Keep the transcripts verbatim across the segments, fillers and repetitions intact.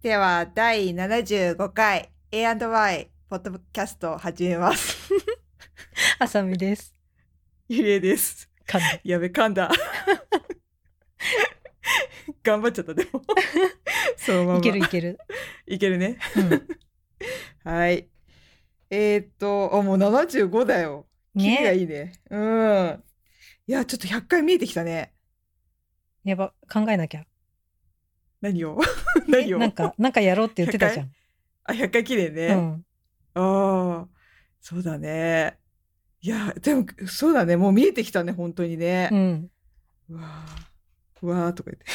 ではだいななじゅうごかい エーアンドワイ ポッドキャストを始めますあさみです。 ゆりえです。 噛んだ。 やべ噛んだ頑張っちゃった。でもそのままいけるいけるいけるね、 うん、 はいえー、っとあもうななじゅうごだよ。キリがいいね。うんいやちょっとひゃっかい見えてきたね。 やば考えなきゃ。 何を何をなんかなんかやろうって言ってたじゃん。 あひゃっかい記念ね、 うん、 ああそうだね。いやでもそうだね、もう見えてきたね本当にね、 うん、 うわーうわーとか言って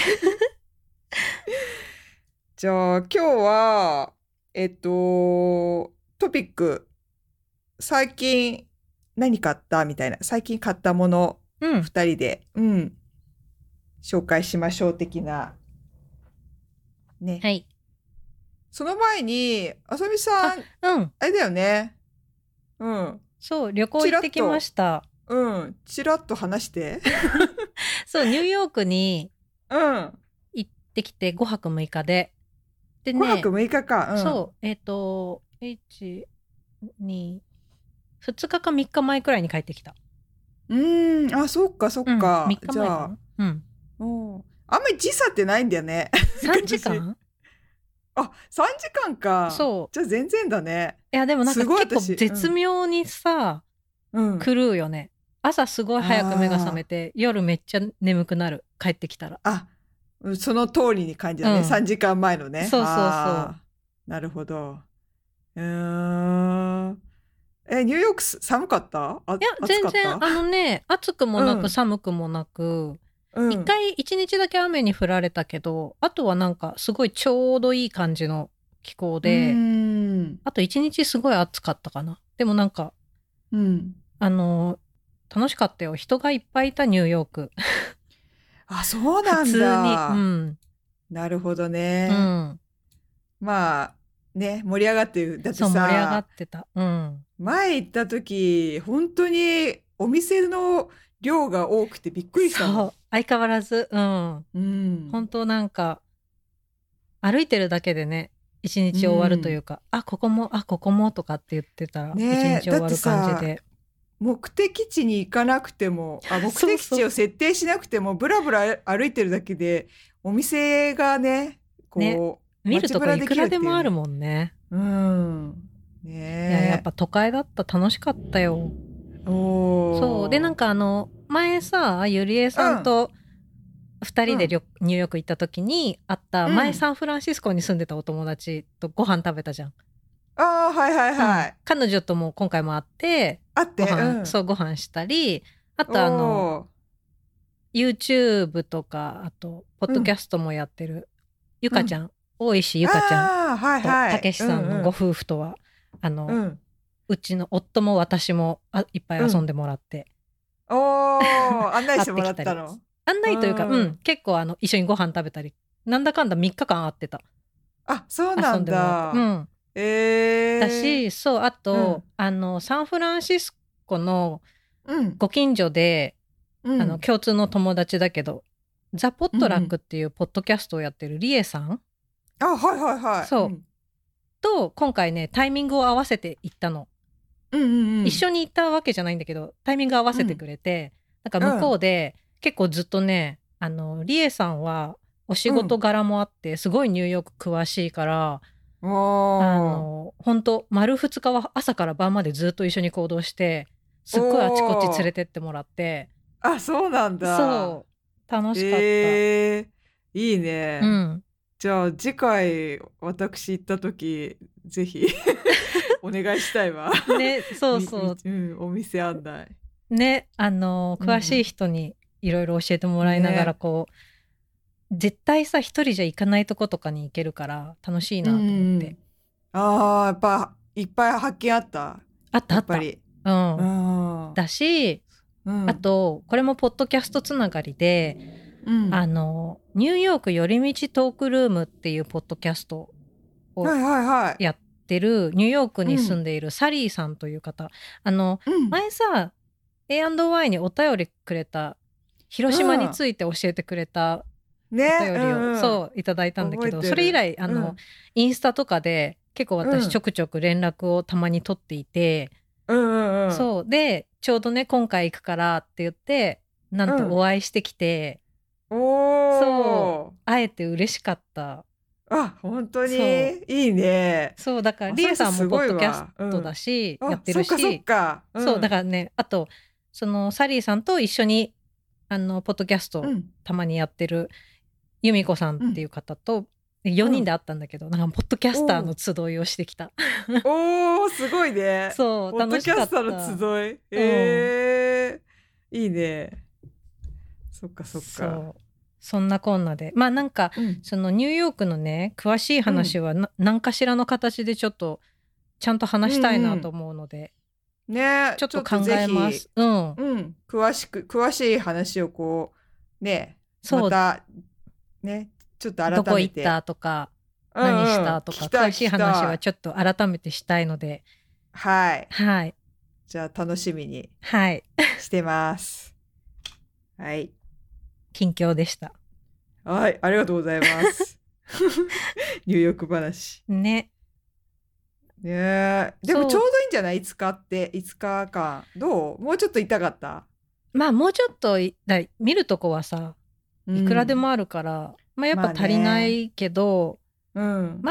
じゃあ今日はえっとトピック最近何買ったみたいな、最近買ったものうん、 ふたりで、うん、紹介しましょう的なね。 はい。 その前にあさみさんうんあれだよね。うんそう旅行行ってきました。 うんちらっと話してそうニューヨークにうん行ってきてごはくむいかででねごはくむいかか、うん、 そうえっ、ー、といちにふつかかみっかまえくらいに帰ってきた。 うーんあそっかそっか、 うん、みっかまえかな。 じゃあうんうんあんまり時差ってないんだよねさんじかんあさんじかんか。 そうじゃあ全然だね。 いやでもなんかすごい結構私絶妙にさ、 うん、 狂うよね。朝すごい早く目が覚めて夜めっちゃ眠くなる帰ってきたら。 あその通りに感じだね、うん、さんじかんまえのね。 そうそうそう。 なるほど。うーんえニューヨーク寒かった？あいや全然あのね暑くもなく寒くもなく、うん、いっかいいちにちだけ雨に降られたけどあとはなんかすごいちょうどいい感じの気候で、 うんあといちにちすごい暑かったかな。でもなんか、 うん、 あの楽しかったよ。人がいっぱいいたニューヨークあそうなんだ。 普通に、うん、 なるほどね、 うん、 まあね盛り上がってる。だってさそう盛り上がってた、うん、 前行った時本当にお店の量が多くてびっくりしたの。 そう相変わらず、うん、うん、本当なんか歩いてるだけでね一日終わるというか、うん、あここもあここもとかって言ってたら一日終わる感じで、 目的地に行かなくてもあ目的地を設定しなくてもブラブラ歩いてるだけでお店がねこうね見るとこいくらでもあるもんね。 うんねいややっぱ都会だった楽しかったよ。 おそうでなんかあの前さゆりえさんとふたりで、うん、ニューヨーク行った時に会った前、うん、サンフランシスコに住んでたお友達とご飯食べたじゃん。 あーはいはいはい、うん、 彼女とも今回も会って会ってご飯、 うん、 そうご飯したりあとあの YouTube とかあとポッドキャストもやってる、うん、ゆかちゃん、大石ゆかちゃんとたけしさんのご夫婦とは、うんうん、あの、うん、うちの夫も私もあいっぱい遊んでもらって、 うん、お案内してもらったの案内というか、うんうん、結構あの一緒にご飯食べたりなんだかんだみっかかん会ってた。 あそうなんだ。 うんえー、 だしそうあと、うん、あのサンフランシスコのご近所で、うん、あの共通の友達だけど、うん、ザ・ポットラックっていうポッドキャストをやってるリエさん、うん、 あはいはいはいそう、うん、と今回ねタイミングを合わせて行ったの、 うんうんうん、 一緒に行ったわけじゃないんだけどタイミング合わせてくれて、うん、なんか向こうで、うん結構ずっとねあのリエさんはお仕事柄もあって、うん、すごいニューヨーク詳しいからあの本当丸ふつかは朝から晩までずっと一緒に行動してすっごいあちこち連れてってもらって。 あそうなんだ。 そう楽しかった、 えー、いいね、 うん、 じゃあ次回私行った時ぜひお願いしたいわねそうそう、 うん、お店案内ねあの詳しい人にいろいろ教えてもらいながらこう、ね、絶対さ一人じゃ行かないとことかに行けるから楽しいなと思って、うん、 あーやっぱいっぱい発見あったあったあった、 やっぱり、 うん、だし、うん、あとこれもポッドキャストつながりで、うん、あのニューヨーク寄り道トークルームっていうポッドキャストをやってる、はいはいはい、ニューヨークに住んでいるサリーさんという方、うん、あの、うん、前さ エーアンドワイ にお便りくれた広島について教えてくれたね、 お便りを、 うんうん、 そういただいたんだけど、 覚えてる。 それ以来あの、 うん、 インスタとかで結構うん、 私ちょくちょく連絡をたまに取っていて、 うんうんうん。 そうでちょうどね今回行くからって言ってなんとうん。 お会いしてきて、そうおー。 会えて嬉しかった。 あ、本当にそういいね。 そうだからあリエさんもさみさんすポッドキャスごいわ。うトだん。あ、 しやってそっかそっるし、 か。うそうだかん。 らねあとそのサリーさんと一緒にあのポッドキャストうん。 たまにやってる由美子さんうん。 っていう方とよにんでうん。 会ったんだけど、なんかポッドキャスターおー。 の集いをしてきた。 おー、すごいね。 そうポッド楽しかっキャスターのた。 集い。 うん、 えー。いいね。そっかそっか。 そうそんなこんなでまあなんかうん。 そのニューヨークのね詳しいうん。 話はな何かしらの形でちょっとちゃんとうん話したいなとうん。 思うのでね、 ちょっと考ちょっとぜひ、 えます。うん。 うん、詳しく、詳しい話をこう、ね、まそう、 た、ね、ちょっとどこ行っ改めて、 たとか、 うん何しうん、 たとか、 聞きたい聞詳しいきたい。 話はちょっと改めてしたいので、 はい。 はい。 じゃあ楽しみにはい。 してます。はい。 近況でした。 はい、ありがとうございます。ニューヨーク話。 ね。 ねえ。でもちそう。 ょうどいいんじゃない？ いつ 日って、いつかかん。どう？もうちょっと痛かった？ まあ、もうちょっとい、だ見るとこはさ、 ういくらでん。 もあるから、まあ、やっぱまあ足りなね。 いけど、 うん。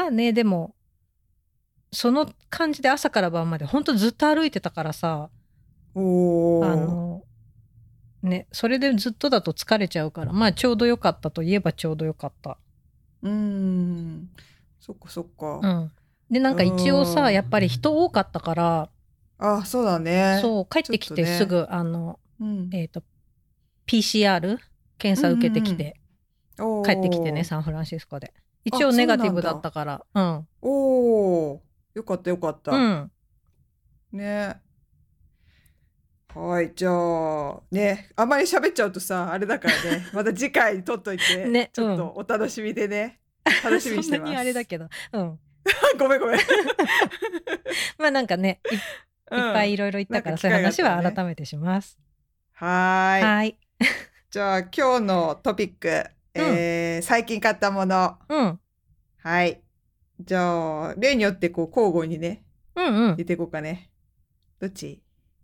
まあね、でも、その感じで朝から晩まで、ほんとずっと歩いてたからさ、あおー。 の、ね、それでずっとだと疲れちゃうから、まあ、ちょうどよかったといえばちょうどよかった。 うーん。そっかそっか。 うん。で、なうんか一応さ、 ーん。 やっぱり人多かったから、 あ、そうだね。 そう、帰っちょってきとね。 てすぐ、あの、 うん。 えっと、ピーシーアール 検うん査受けてうんうん。 きて、帰ってきてね、 おー。 サンフランシスコで。一あ、 応ネそうガティブだっなんだ。 たから、うん。 おー。よかったよかった。 うん。 ね。はい。じゃあ、ね。あまり喋っちゃうとさ、あれだからね。また次回に撮っといて、 ね、 ちょっうん。 とお楽しみでね。楽しみにしてそんなにます。 あれだけど。うん。 ごめんごめん。 まあなんかね、い、いっぱいいうん。 ろいろ言ったから、そういうなんか機会があっ話はたらね。 改めてします。 はーい。 はい。 じゃあ今日のトピック、 うん。 えー、最近買ったもの。 うん。 はい。じゃあ、例によってこう交互にね、 うんうん。 入れていこうかね。どっち？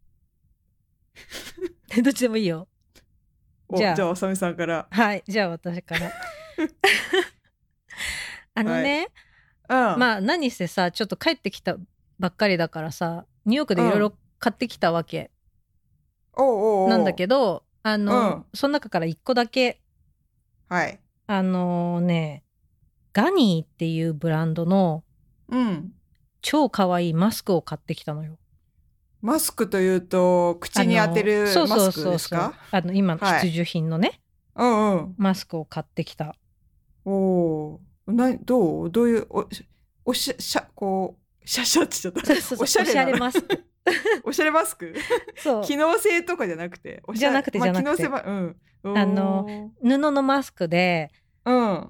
どっちでもいいよ。じお、じゃあ、 ゃあさみさんから。 あ、はい。じゃあ私から。あのはい。 ね、 うん。 まあ何せさちょっと帰ってきたばっかりだからさニューヨークうん。 でいろいろ買ってきたわけおうおなんだうおう。 けどあのうん。 その中からいっこだけはい。 あのねガニーっていうブランドのうん。 超かわいいマスクを買ってきたのよ。 マスクというと、 あ口に当てのそうそうるマスクそうそうですか？ あの今はい。 必需品のねうんうん。 マスクを買ってきた。 おお。な、どうどういう、お、おしゃ、しゃ、こう、シャシャって言っちゃった。 そうそうそおうおしゃれしゃれなの。 マスクおしゃれマスク？ そ機能性とかじゃなくて、おうじゃなくしゃれ、まあ、 てじゃなくて機能性は、うん。 あのおー。 布のマスクでうん。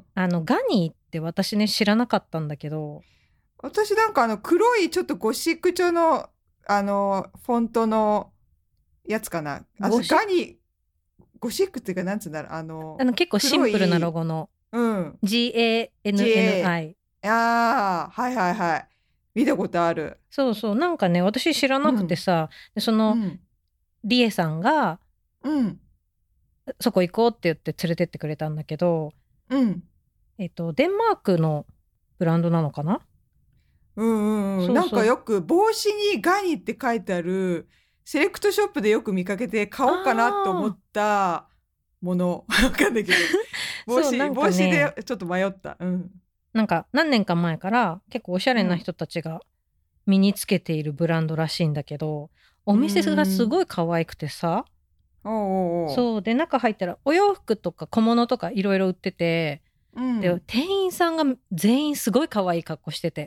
あのガニーって私ね知らなかったんだけど私なんかあの黒いちょっとゴシック調のあのフォントのやつかな。あ、 ゴシッガニ、ゴシックっていうかなんつうんだろう。あのあの結構シンプルなロ黒い、 ゴのうん。 ジーエーエヌエヌアイ。 ジェーエー。ああ、はいはいはい。見たことある。 そうそうなんかね私知らなくてうん。 さでそのうん。 リエさんがうん。 そこ行こうって言って連れてってくれたんだけどうん。 えっとデンマークのブランドなのかな。 うんうんうん。なんそうそうかよく帽子にガニって書いてあるセレクトショップでよく見かけて買おうかなと思あったもの。わかんないけど。 ーそうな帽子、 んか帽子でねちょっと迷った。うん。 なんか何年か前から結構おしゃれなうん。 人たちが身につけているブランドらしいんだけどおうー店がすん。 ごい可愛くてさおうおうおう。 そうで中入ったらお洋服とか小物とかいろいろ売っててでうん。 店員さんが全員すごい可愛い格好してて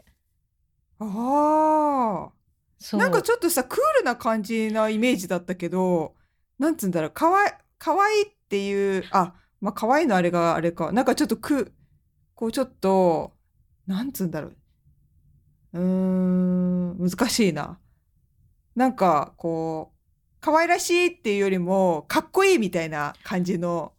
ああ。なんかそちょっとさ、クールな感じなイメージだったけど、なんつうんだろう、かわい、かわいいっていう、あ、まあ、かわいいのあれがあれか。なんかちょっとく、こうちょっと、なんつうんだろう。うーん、難しいな。なんか、こう、可愛らしいっていうよりも、かっこいいみたいな感じの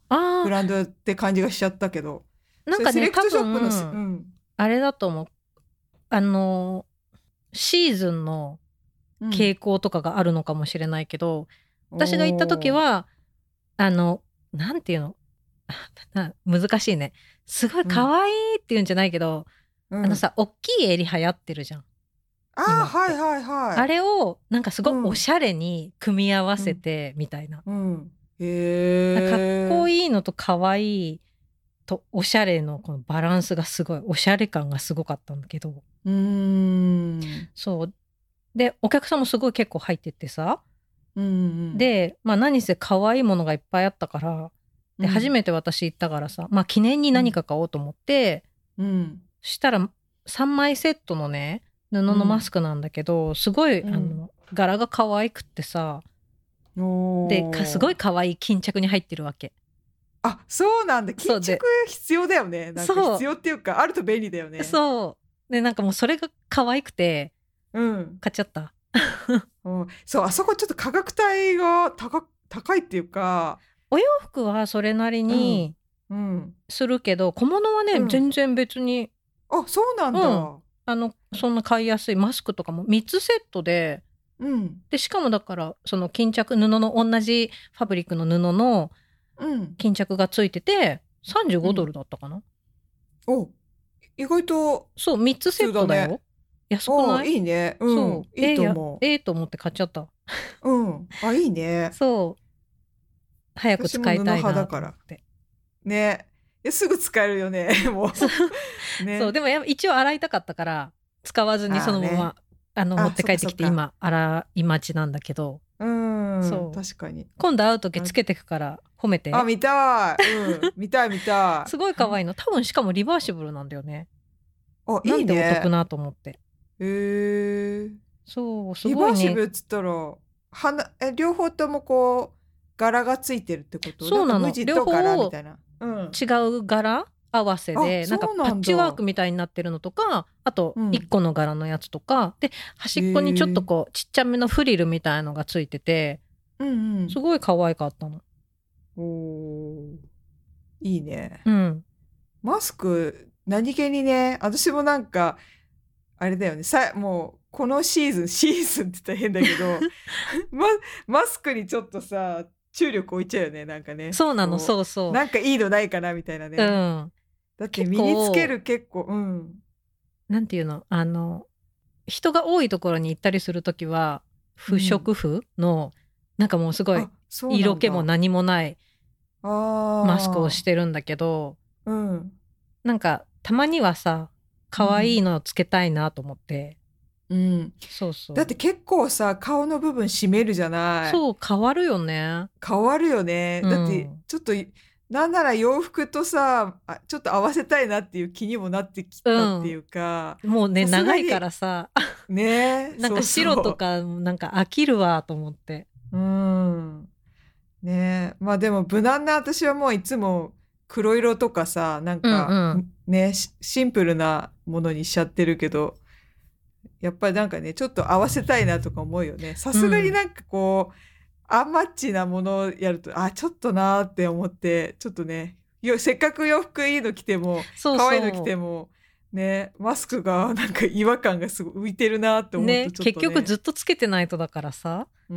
あブランドって感じがしちゃったけど。 なんかね、 それセレク多トショップのせ、う分、 ん。 あれだと思う。あの、シーズンのうん。 傾向とかがあるのかもしれないけど、私が行った時おー。 は、あの、なんていうのな難しいね。すごいうん。 可愛いっていうんじゃないけど、 うん。 あのさ、大きい襟流行ってるじゃん、 ああ、 今っはいて。 はいはあい。 れを、なんかすごいおうん。 しゃれに組み合わせうん。 て、みたいな。 うん。 かっこへえ。 いいのと可愛いとおしゃれのこのバランスがすごい、おしゃれ感がすごかったんだけど。 うーん。 そう。で、お客さんもすごい結構入ってってさ。 うんうんで、まあ何せ可愛いものがいっぱいあったから、で、初うんめて私行ったからさ、まあ記念に何か買おうと思って、 うんそしたらさんまいセットのね、布のマスクなんだけど、すごい、 うんあの、柄が可愛くってさ、 おで、かすごいー。 可愛い巾着に入ってるわけ。 あ、そうなんだ。巾着そうで、 必要だよね。なんか必そ要っていうか、あると便利だよう、 ね。 そう。で、なんかもうそれが可愛くて、 うん。 買っちゃった。 うんそう、あそこちょっと価格帯が高く、高いっていうか、 お洋服はそれなりうん。 にうん。 するけど、小物はね、 うん。 全然別に、 あ、そうなんうん、 だ。 あの、そんな買いやすい。マスクとかもみっつセットで、 うん。 で、しかもだから、その巾着、布の同じファブリックの布のうん。 巾着がついてて、35ドうん。 ルだったかな。 お、意外とそう、みっつ普セッ通だね。 トだよ。安くお、 ない？ いいね。うそん。 う。 いいえー、や、 と思えー、と思って買っちゃった。 う。うん。あ、いいね。 そう。早く私も布使いたいな派だから。 と思って。 ね。いやすぐ使えるよね。もそう。 う。ね。 そう。でもや一応洗いたかったから、使わずにそああね。 のまま、あの、持っあ、 て帰ってきて、 そっかそっか。 今、洗い待ちなんだけど、 うーん。 そう。 確かに。 今度会うときなつけてくから褒めあ、 て。 見たい。うん。見たい見たすごい可愛いの。多分しかもリバーシブルなんだよね。 い。あ、いいなんでお得ね。 なと思って。 へえ。 そう、すリごいね。 バーシブルっつったら、花、え、両方ともこう、柄がついてるってことなんかそうなの。両無地と柄み方たいな。うん。 違う柄合わせあ、 で、なんかそうなんパッチワーだ。 クみたいになってるのとか、あとうん。 いっこの柄のやつとか、で、端っこにちょっへえ。 とこう、ちっちゃめのフリルみたいのがついてて、 うんうすん。 ごい可愛かったの。 おー。いいね。 うん。 マスク、何気にね、私もなんか、あれだよね。さ、もう、このシーズン、シーズンって言ったら変だけど、ま、マスクにちょっとさ、注力置いちゃうよね。なんかね。 そうなの、 こそうう、 そなんかいいのないかなみたいなう。うね。 ん。 だって結身につけ構、 る結構、うん。 なんていうの、あの、人が多いところに行ったりするときは、 う不織ん。 布の、なんかもうすごいあ、そうな色んだ。 気も何もないマスクをしあてるんだけど、 あ、うん。 なんかたまにはさ、 う可愛いん。 のをつけたいなと思って。 うん。 そうだってそう。 結構さ、顔の部分締めるじゃない。 そう、変わるよね。 変わるよね。 うだって、 ん。 ちょっとい、なんなら洋服とさ、あ、ちょっと合わせたいなっていう気にもなってきうん。 たっていうか、 もうね、 さすがに、 長いからさ、 ね、 なんかそう白とそかなんか飽きるわと思って。 う。うん。ね、まあでも無難な私はもういつも黒色とかさ、なんうんか、 うん。 んね、シシンプルなものにしちゃってるけど、やっぱりなんかね、ちょっと合わせたいなとか思うよね。さうすがにん。 なんかこう、アンマッチなものをやると、あ、ちょっとなーって思って、ちょっとね、よ、せっかく洋服いいの着ても、 そう可愛いの着てそも、ね、マスクがなんか違和感がすごい浮いてるなーってう。 思うとね、 ちょっと結局ずね、 っとつけてないとだからさ。 うん、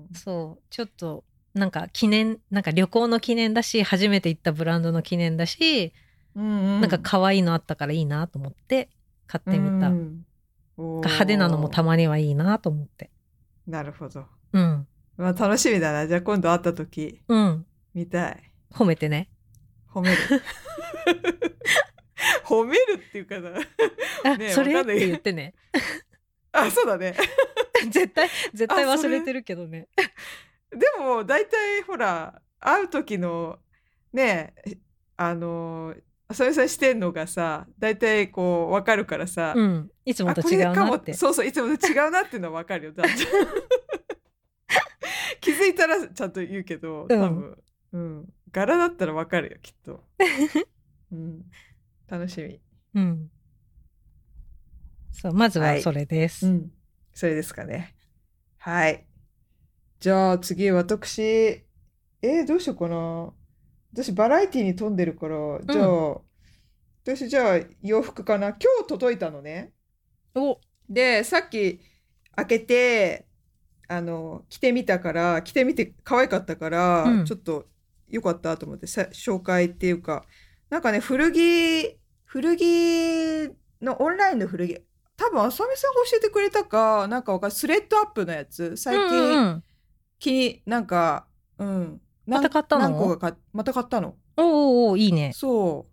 そう、ちょっと、なんか記念、なんか旅行の記念だし、初めて行ったブランドの記念だし、 うんなんかうん、 可愛いのあったからいいなと思って買っうてみた。 ん。 派手なのもたおー、 まにはいいなと思って。 なるほど。 うん。 まあ楽しみだな。じゃあ今度会った時、 うん。 見たい。 褒めてね。 褒める。褒めるっていうかな。 あ、 ねえ、 それってわかんない。 言ってね。 あ、そうだね。 絶対、絶対あ、それ。 忘れてるけどね。 でも、大体ほら、会う時の、ねえ、あの、それさしてんのがさ、大体こう、わかるからさ、 うん。いつもあ、こと違れかも、 うなって。 そうそう、いつもと違うなっていうのはわかるよ。だって気づいたらちゃんと言うけど、 うん。 多分、うん。柄だったらわかるよ、きっと。うん。楽しみ。 うん。そう、まずはそはい。 れです。 うん。それですかね。はい。じゃあ次、私、えーどうしようかな。 私バラエティに富んでるから、じゃあ、 うん。 私じゃあ洋服かな。今日届いたのね。 お、 で、さっき開けて、あの、着てみたから、着てみて可愛かったから、ちうん。 ょっと良かったと思ってさ、紹介っていうか、なんかね、古着、古着のオンラインの古着、多分あさみさんが教えてくれたか、なんかわかんスレッドアップのやつ、 うん最近うんうん。 気に、なんか、うん、なんまた買ったの？ 何個か買っまた買ったの。 おーおーおー、いいね。 そう。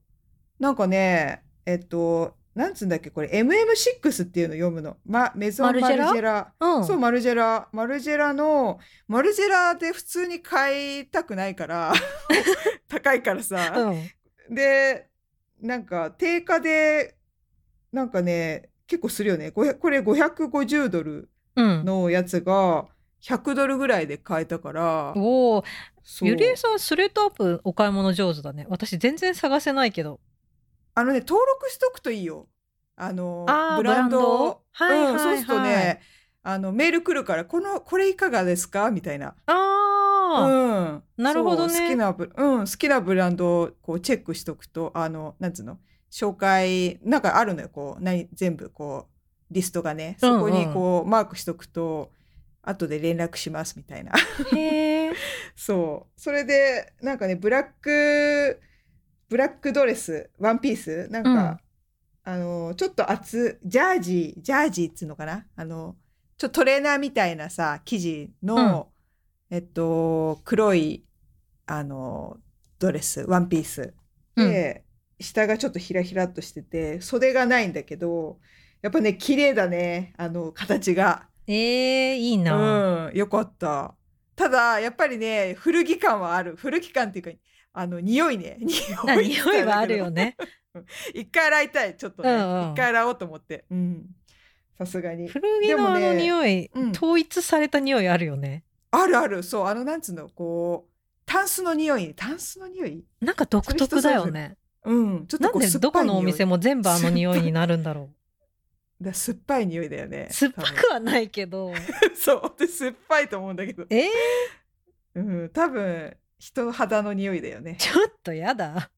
なんかね、えっと、なんつうんだっけ、これ エムエムシックス っていうの読むの。ま、メゾンマルマルジェラ？ ジェラ。そう、 うん。 マルジェラ。マルジェラの、マルジェラで普通に買いたくないから、高いからさ。 うん。 で、なんか定価で、なんかね、結構するよね。ごひゃくこれごひゃくごじゅうドルうん。 のやつがひゃくドルぐらいで買えたから、 おお、ゆりえそう。 さんスレッドアップお買い物上手だね。私全然探せないけど。 あのね、登録しとくといいよ。あの、 ああ、 ブランブランド？ ド、うん、そはいはいうするとはい。 ね、あの、メール来るから、この、これいかがですかみたいな。 ああ、 うん、 なるほそう、好きどね。 なブ、うん、好きなブランドをこうチェックしとくと、あの、なんつうの、紹介、なんかあるのよ、こう、何、全部こう、リストがね、 うそこにんうん。 こう、マークしとくと、後で連絡しますみたいな。 へえ。 そう。それで、なんかね、ブラック、ブラックドレス、ワンピース、なんうん。 か、あの、ちょっと厚、ジャージー、ジャージーっつうのかなあの、ちょっとトレーナーみたいなさ、生地うん。 の、えっと、黒い、あの、ドレス、ワンピース。 うん。 で、下がちょっとひらひらっとしてて、袖がないんだけど、やっぱね、綺麗だね、あの、形が。 ええ、いいな。 うん、よかった。ただ、やっぱりね、古着感はある。古着感っていうか、あの、匂いね。 な、 匂いっつっ匂いはあたらあれだけど。 るよね。 一回洗いたい、ちょっとうね。一んうん。 回洗おうと思って。うん。さすがに。 古着でものあのね、 匂い、 うん。 統一された匂いあるよね。 あるある。そう、あの、なんつうの、こう、タンスの匂い。タンスの匂いなんか独それ人特だそれぞれ。 よね。 うん。ちょっとなんこう、酸っでどこのおぱい匂い。 店も全部あの酸っぱい。 匂いになるんだろだ酸っぱい匂いだよう。 ね。 酸っぱ多分。 くはないけど。 そう。で、酸っぱいと思うんだけど。 えー、 うん。多分、人肌の匂いだよね。 ちょっとやだ。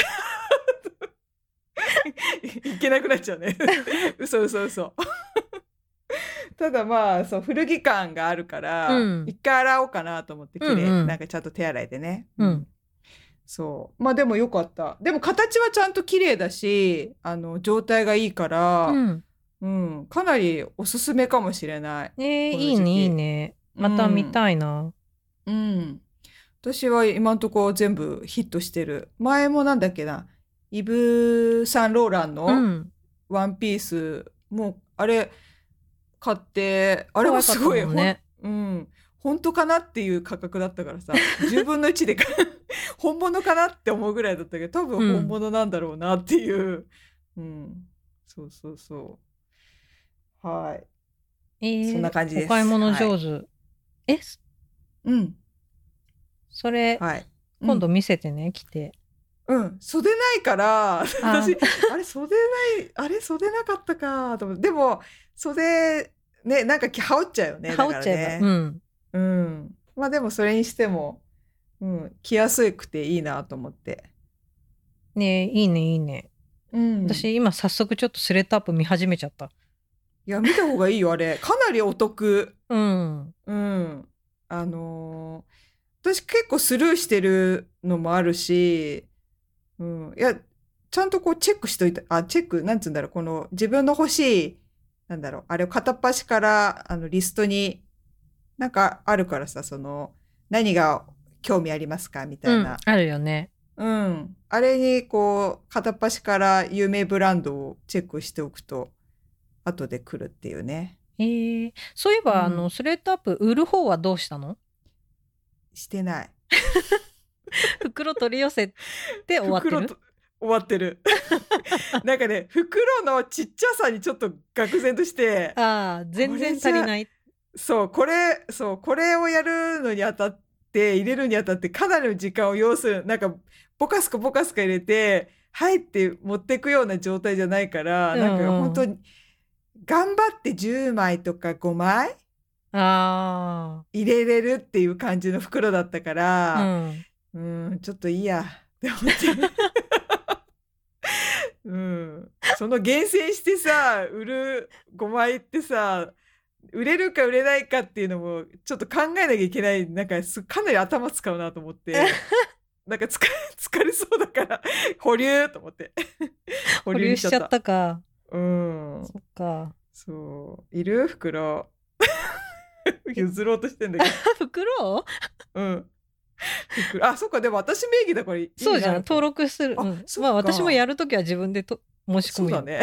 いけなくなっちゃうね。嘘嘘嘘。ただまあ、そう、古着感があるかうら、 ん。 一回洗おうかなと思って、 う綺麗。 んうん。 なんかちゃんと手洗いでね。ううん。 ん。そう。まあでもよかった。でも形はちゃんと綺麗だし、あの、状態がいいから、 うん。 うん、かなりおすすめかもしれない。 えー、 このいいね、いい時期。 ね。 うまた見ん。 たいな。 うん。私は今んとこ全部ヒットしてる。前もなんだっけな。イブ・サンローランのうん。 ワンピースも、あれ、買って、あれ可愛かったもすごい、ほん、 もんね。 うん、本当かなっていう価格だったからさ、じゅうぶんのいちでか本物かなって思うぐらいだったけど、多分本うん。 物なんだろうなっていう。うん。そうそうそう。はい。 えそんなー、お感じです。 買い物はい。 上手。え、そうん。 それ、 はい。う今度ん。 見せてね、来て。 うん。袖ないから、 あ、 私、あれ、袖ない、あれ、袖なかったか、と思って。でも、袖、ね、なんか羽織っちゃうよね。だか羽織っちゃえば。うらね。 ん。 うん。まあでもそれにしても、うん、着やすくていいなと思って。 ねえ、いいね、いいね。 うん。 私、今早速ちょっとスレッドアップ見始めちゃった。 いや、見た方がいいよ、あれ。かなりお得。 うん。 うん。あのー私結構スルーしてるのもあるし、うん。いや、ちゃんとこうチェックしといた、あ、チェック、なんつうんだろう、この自分の欲しい、なんだろう、あれを片っ端からあのリストになんかあるからさ、その、何が興味ありますかみたうん。 いな。 あるよね。 うん。あれに、こう、片っ端から有名ブランドをチェックしておくと、後で来るっていうね。 えー、そういえば、あの、 うん。 スレッドアップ売る方はどうしたの？ してない。 袋取り寄せて終わってる？ 袋と、終わってる。なんかね、袋のちっちゃさにちょっと愕然として、 ああ、 こ全然れじゃ、 足りない。 そう、これ、そう、これをやるのにあたって、入れるにあたってかなりの時間を要する、なんか、ポカスカポカスカ入れて、はいって持っていくような状態じゃないから、 うなんか本んうん。 当に、頑張ってじゅうまいとかごまいあ入れれるっていう感じの袋だったかあ、うら、 ん。 うん、ちょっといいやって思ってうん、その厳選してさ売るごまいってさ売れるか売れないかっていうのもちょっと考えなきゃいけない。なんかすかなり頭使うなと思ってなんか疲れ疲れそうだから保留と思って保保留にしちゃった。 留しちゃったか。 うんそっか。 そういる袋譲ろうとしてんだけ袋？ どうん袋あそっかでも私名義だから意味そうじゃん。 ないのか登録する。 あ、 うん。 そっかまあ私もやるときは自分でと申し込むよ。 そうだね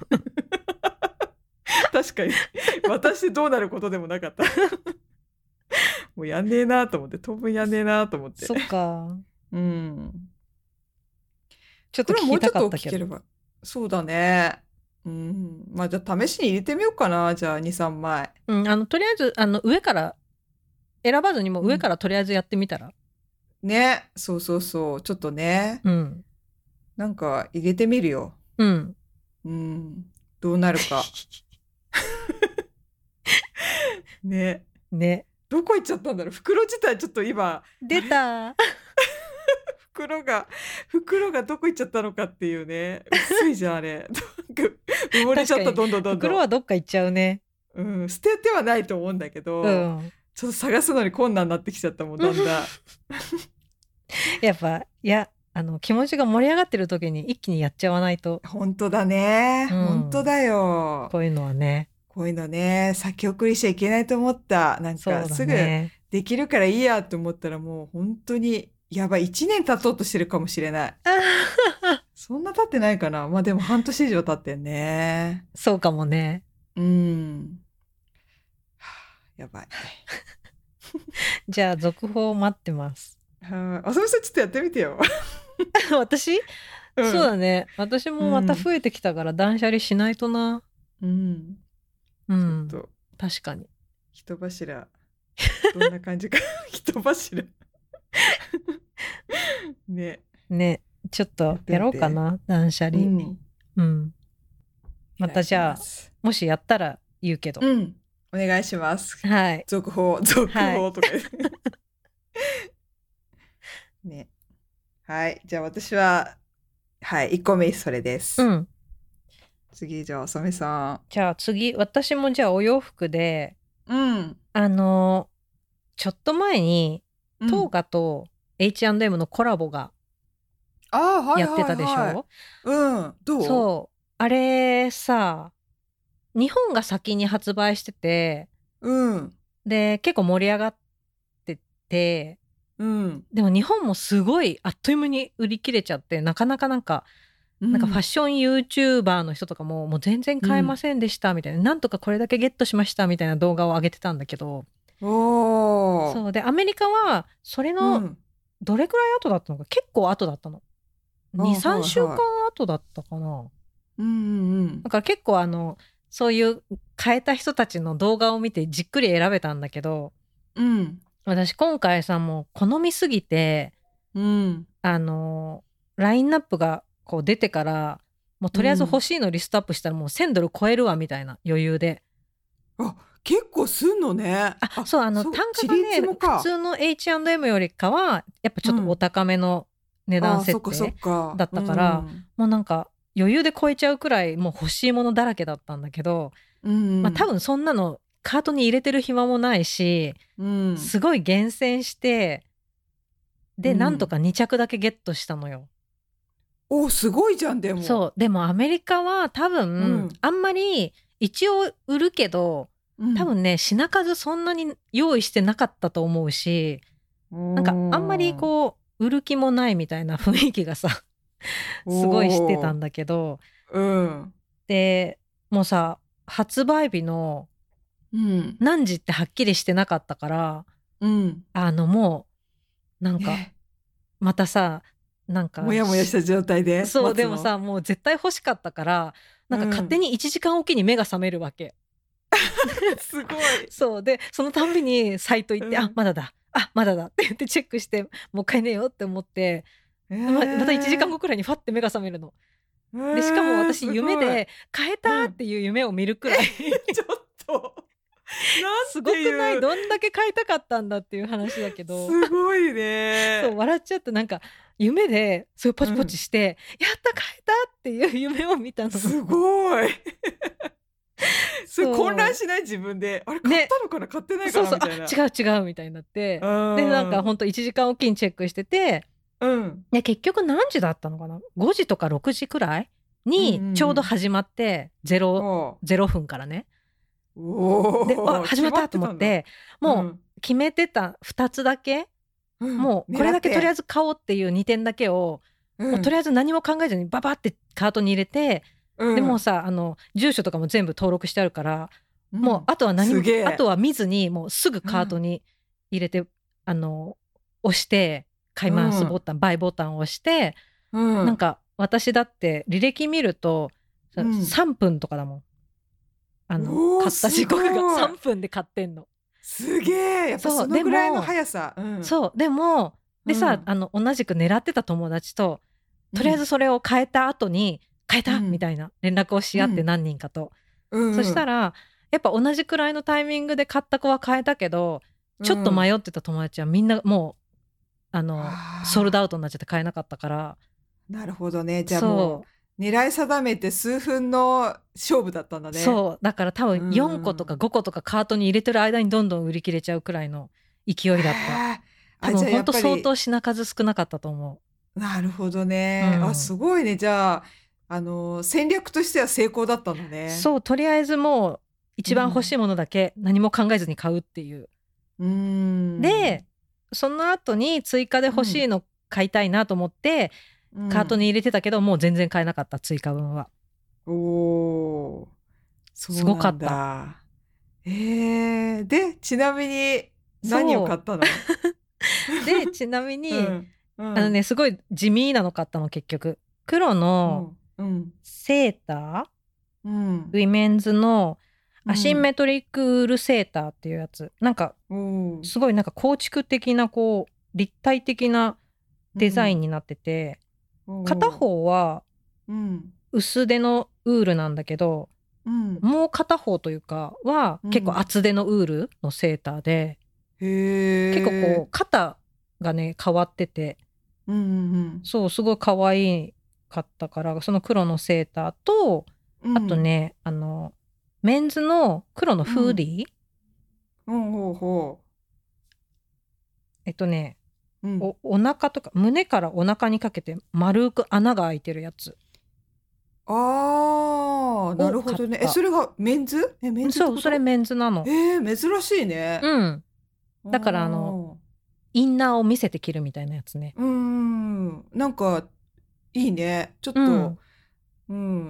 確かに私どうなることでもなかったもうやんねえなと思って当分やんねえなと思ってそっか。 うんちょっと聞きたかったけど。 これもうちょっと大きければそうだねうんまあじゃあ試しに入れてみようかなじゃあにさんまいうん、あのとりあえずあの上から選ばずにもう上からとりあえずやってみたら。 ねそうそうそうちょっとねうん。 なんか入れてみるようん。 うんどうなるかねね。 どこ行っちゃったんだろう袋自体ちょっと今出た。 袋が袋がどこ行っちゃったのかっていうね薄いじゃんあれなんか埋もれちゃったどんどんどんどん袋はどっか行っちゃうね。 うん、捨ててはないと思うんだけど、 うん。 ちょっと探すのに困難になってきちゃったもんだんだんやっぱ、いや、あの、気持ちが盛り上がってる時に一気にやっちゃわないと、 本当だね、 うん本当だよこういうのはね。 こういうのね先送りしちゃいけないと思ったなんそうだかすぐね。 できるからいいやと思ったらもう本当にやばいいちねん経とうとしてるかもしれないそんな経ってないかなまあでも半年以上経ってんねそうかもね。 うんはあやばいじゃあ、続報待ってます。 はあ、あさみさんちょっとやってみてよ。 私、 うん、 そうだね。私もまた増えてきたから断捨離しないとな。 うん。 うん。 ちょっと確かに。 人柱どんな感じか人柱ね。 ね。ちょっとやろうかな。断捨離。 うん。 うん。またじゃあ、もしやったら言うけど。 うん。お願いします。 はい。 続報続報とか言って、ね。はい。じゃあ私ははいいっこめそれです。 うん。 次じゃああさみさん。 じゃあ次、私もじゃあお洋服で、 うん。 あのちょっと前に、 うんトーガと エイチアンドエム のコラボがああはいはいはいやってたでしょ。 うん。どう？ そうあれさ、日本が先に発売してて、 うん。 で結構盛り上がってて、 うん。 でも日本もすごいあっという間に売り切れちゃって、なかなかなんか、なんかファッション YouTuber の人とかももう全然買えませんでしたみたいな、うん、なんとかこれだけゲットしましたみたいな動画を上げてたんだけど、 おそうでアメリカはそれのどれくらい後だったのか、結構後だったの。にさんしゅうかん後だったかな。 うんうんうん、 だから結構あのそういう変えた人たちの動画を見てじっくり選べたんだけど、 うん、 私今回さもう好みすぎて、 うん、 あのラインナップがこう出てからもうとりあえず欲しいのリストアップしたらもうせんドル超えるわみたいな余裕で、 あ結構すんのね。 あそうあの単価がね普通の エイチアンドエム よりかはやっぱちょっとお高めの値段設定だったから、うん、もうなんか余裕で超えちゃうくらいもう欲しいものだらけだったんだけど、 うんまあ、多分そんなのカートに入れてる暇もないし、 うん、 すごい厳選してで、うん、なんとかに着だけゲットしたのよ。 おすごいじゃん。でもそうでもアメリカは多分、うん、あんまり一応売るけど多分ね品数そんなに用意してなかったと思うし、なんかあんまりこう売る気もないみたいな雰囲気がさすごいしてたんだけど、 うん、 でもうさ発売日の何時ってはっきりしてなかったから、 うん、 あのもうなんかまたさなんかもやもやした状態でそうでもさもう絶対欲しかったからなんか勝手にいちじかんおきに目が覚めるわけ、 うん、すごいそうでそのたんびにサイト行って、うん、あまだだあまだだって言ってチェックしてもう一回寝ようって思って、えー、ま, またいちじかんごくらいにファッて目が覚めるの、えー、でしかも私夢で変えたっていう夢を見るくらい、 うん、ちょっとすごくない？どんだけ買いたかったんだっていう話だけど、 すごいね。 そう笑っちゃって、なんか夢でそうポチポチして、うん、やった買えたっていう夢を見たの。 すごいそれ混乱しない？自分であれ買ったのかな、ね、買ってないかなみたいな。 そうそう違う違うみたいになって、でなんかほんといちじかんおきにチェックしてて、うん、で結局何時だったのかな、ごじとかろくじくらいにちょうど始まって、ゼロ、ゼロふんからね。おであ始まったと思って、もう決めてたふたつだけ、うん、もうこれだけとりあえず買おうっていうにてんだけを、うん、もうとりあえず何も考えずにババってカートに入れて、うん、でもうさあの住所とかも全部登録してあるから、うん、もうあとは何もあとは見ずにもうすぐカートに入れて、うん、あの押して買いますボタン、うん、バイボタンを押して、うん、なんか私だって履歴見ると、うん、さんぷんとかだもん。あの買った時刻がさんぷんで買ってんの。 すげえ、やっぱそのぐらいの速さ。 そう、うん、そうでもでさ、うん、あの同じく狙ってた友達ととりあえずそれを変えた後に、うん、変えた、うん、みたいな連絡をし合って、何人かと、うん、そしたらやっぱ同じくらいのタイミングで買った子は変えたけど、ちょっと迷ってた友達はみんなもうあのソールドアウトになっちゃって買えなかったから。 なるほどね。じゃあもう狙い定めて数分の勝負だったんだね。 そうだから多分よんことかごことかカートに入れてる間にどんどん売り切れちゃうくらいの勢いだった。多分ほんと相当品数少なかったと思う。なるほどね、うん、あすごいね。じゃあ、あの戦略としては成功だったんだね。 そうとりあえずもう一番欲しいものだけ何も考えずに買うっていう、うん、でその後に追加で欲しいの買いたいなと思って、うん、カートに入れてたけどもう全然買えなかった、追加分は。おー、そうなんだ。すごかった。 えー、でちなみに何を買ったの？ でちなみに、うんうん、あのねすごい地味なの買ったの。結局黒のセーター、うん、ウィメンズのアシンメトリックウールセーターっていうやつ、なんかすごいなんか構築的なこう立体的なデザインになってて、うん、片方は薄手のウールなんだけど、うん、もう片方というかは結構厚手のウールのセーターで、うん、へ結構こう肩がね変わってて、うんうんうん、そうすごい可愛かったから、その黒のセーターと、うん、あとねあのメンズの黒のフーディー、うんほうほうえっとね、うん、お, お腹とか胸からお腹にかけて丸く穴が開いてるやつ。 あーなるほどね。えそれがメンズ？えメンズそうそれメンズなの。 えー、珍しいね。 うんだからあのインナーを見せて着るみたいなやつね。 うーんなんかいいね。ちょっと、うん、うん、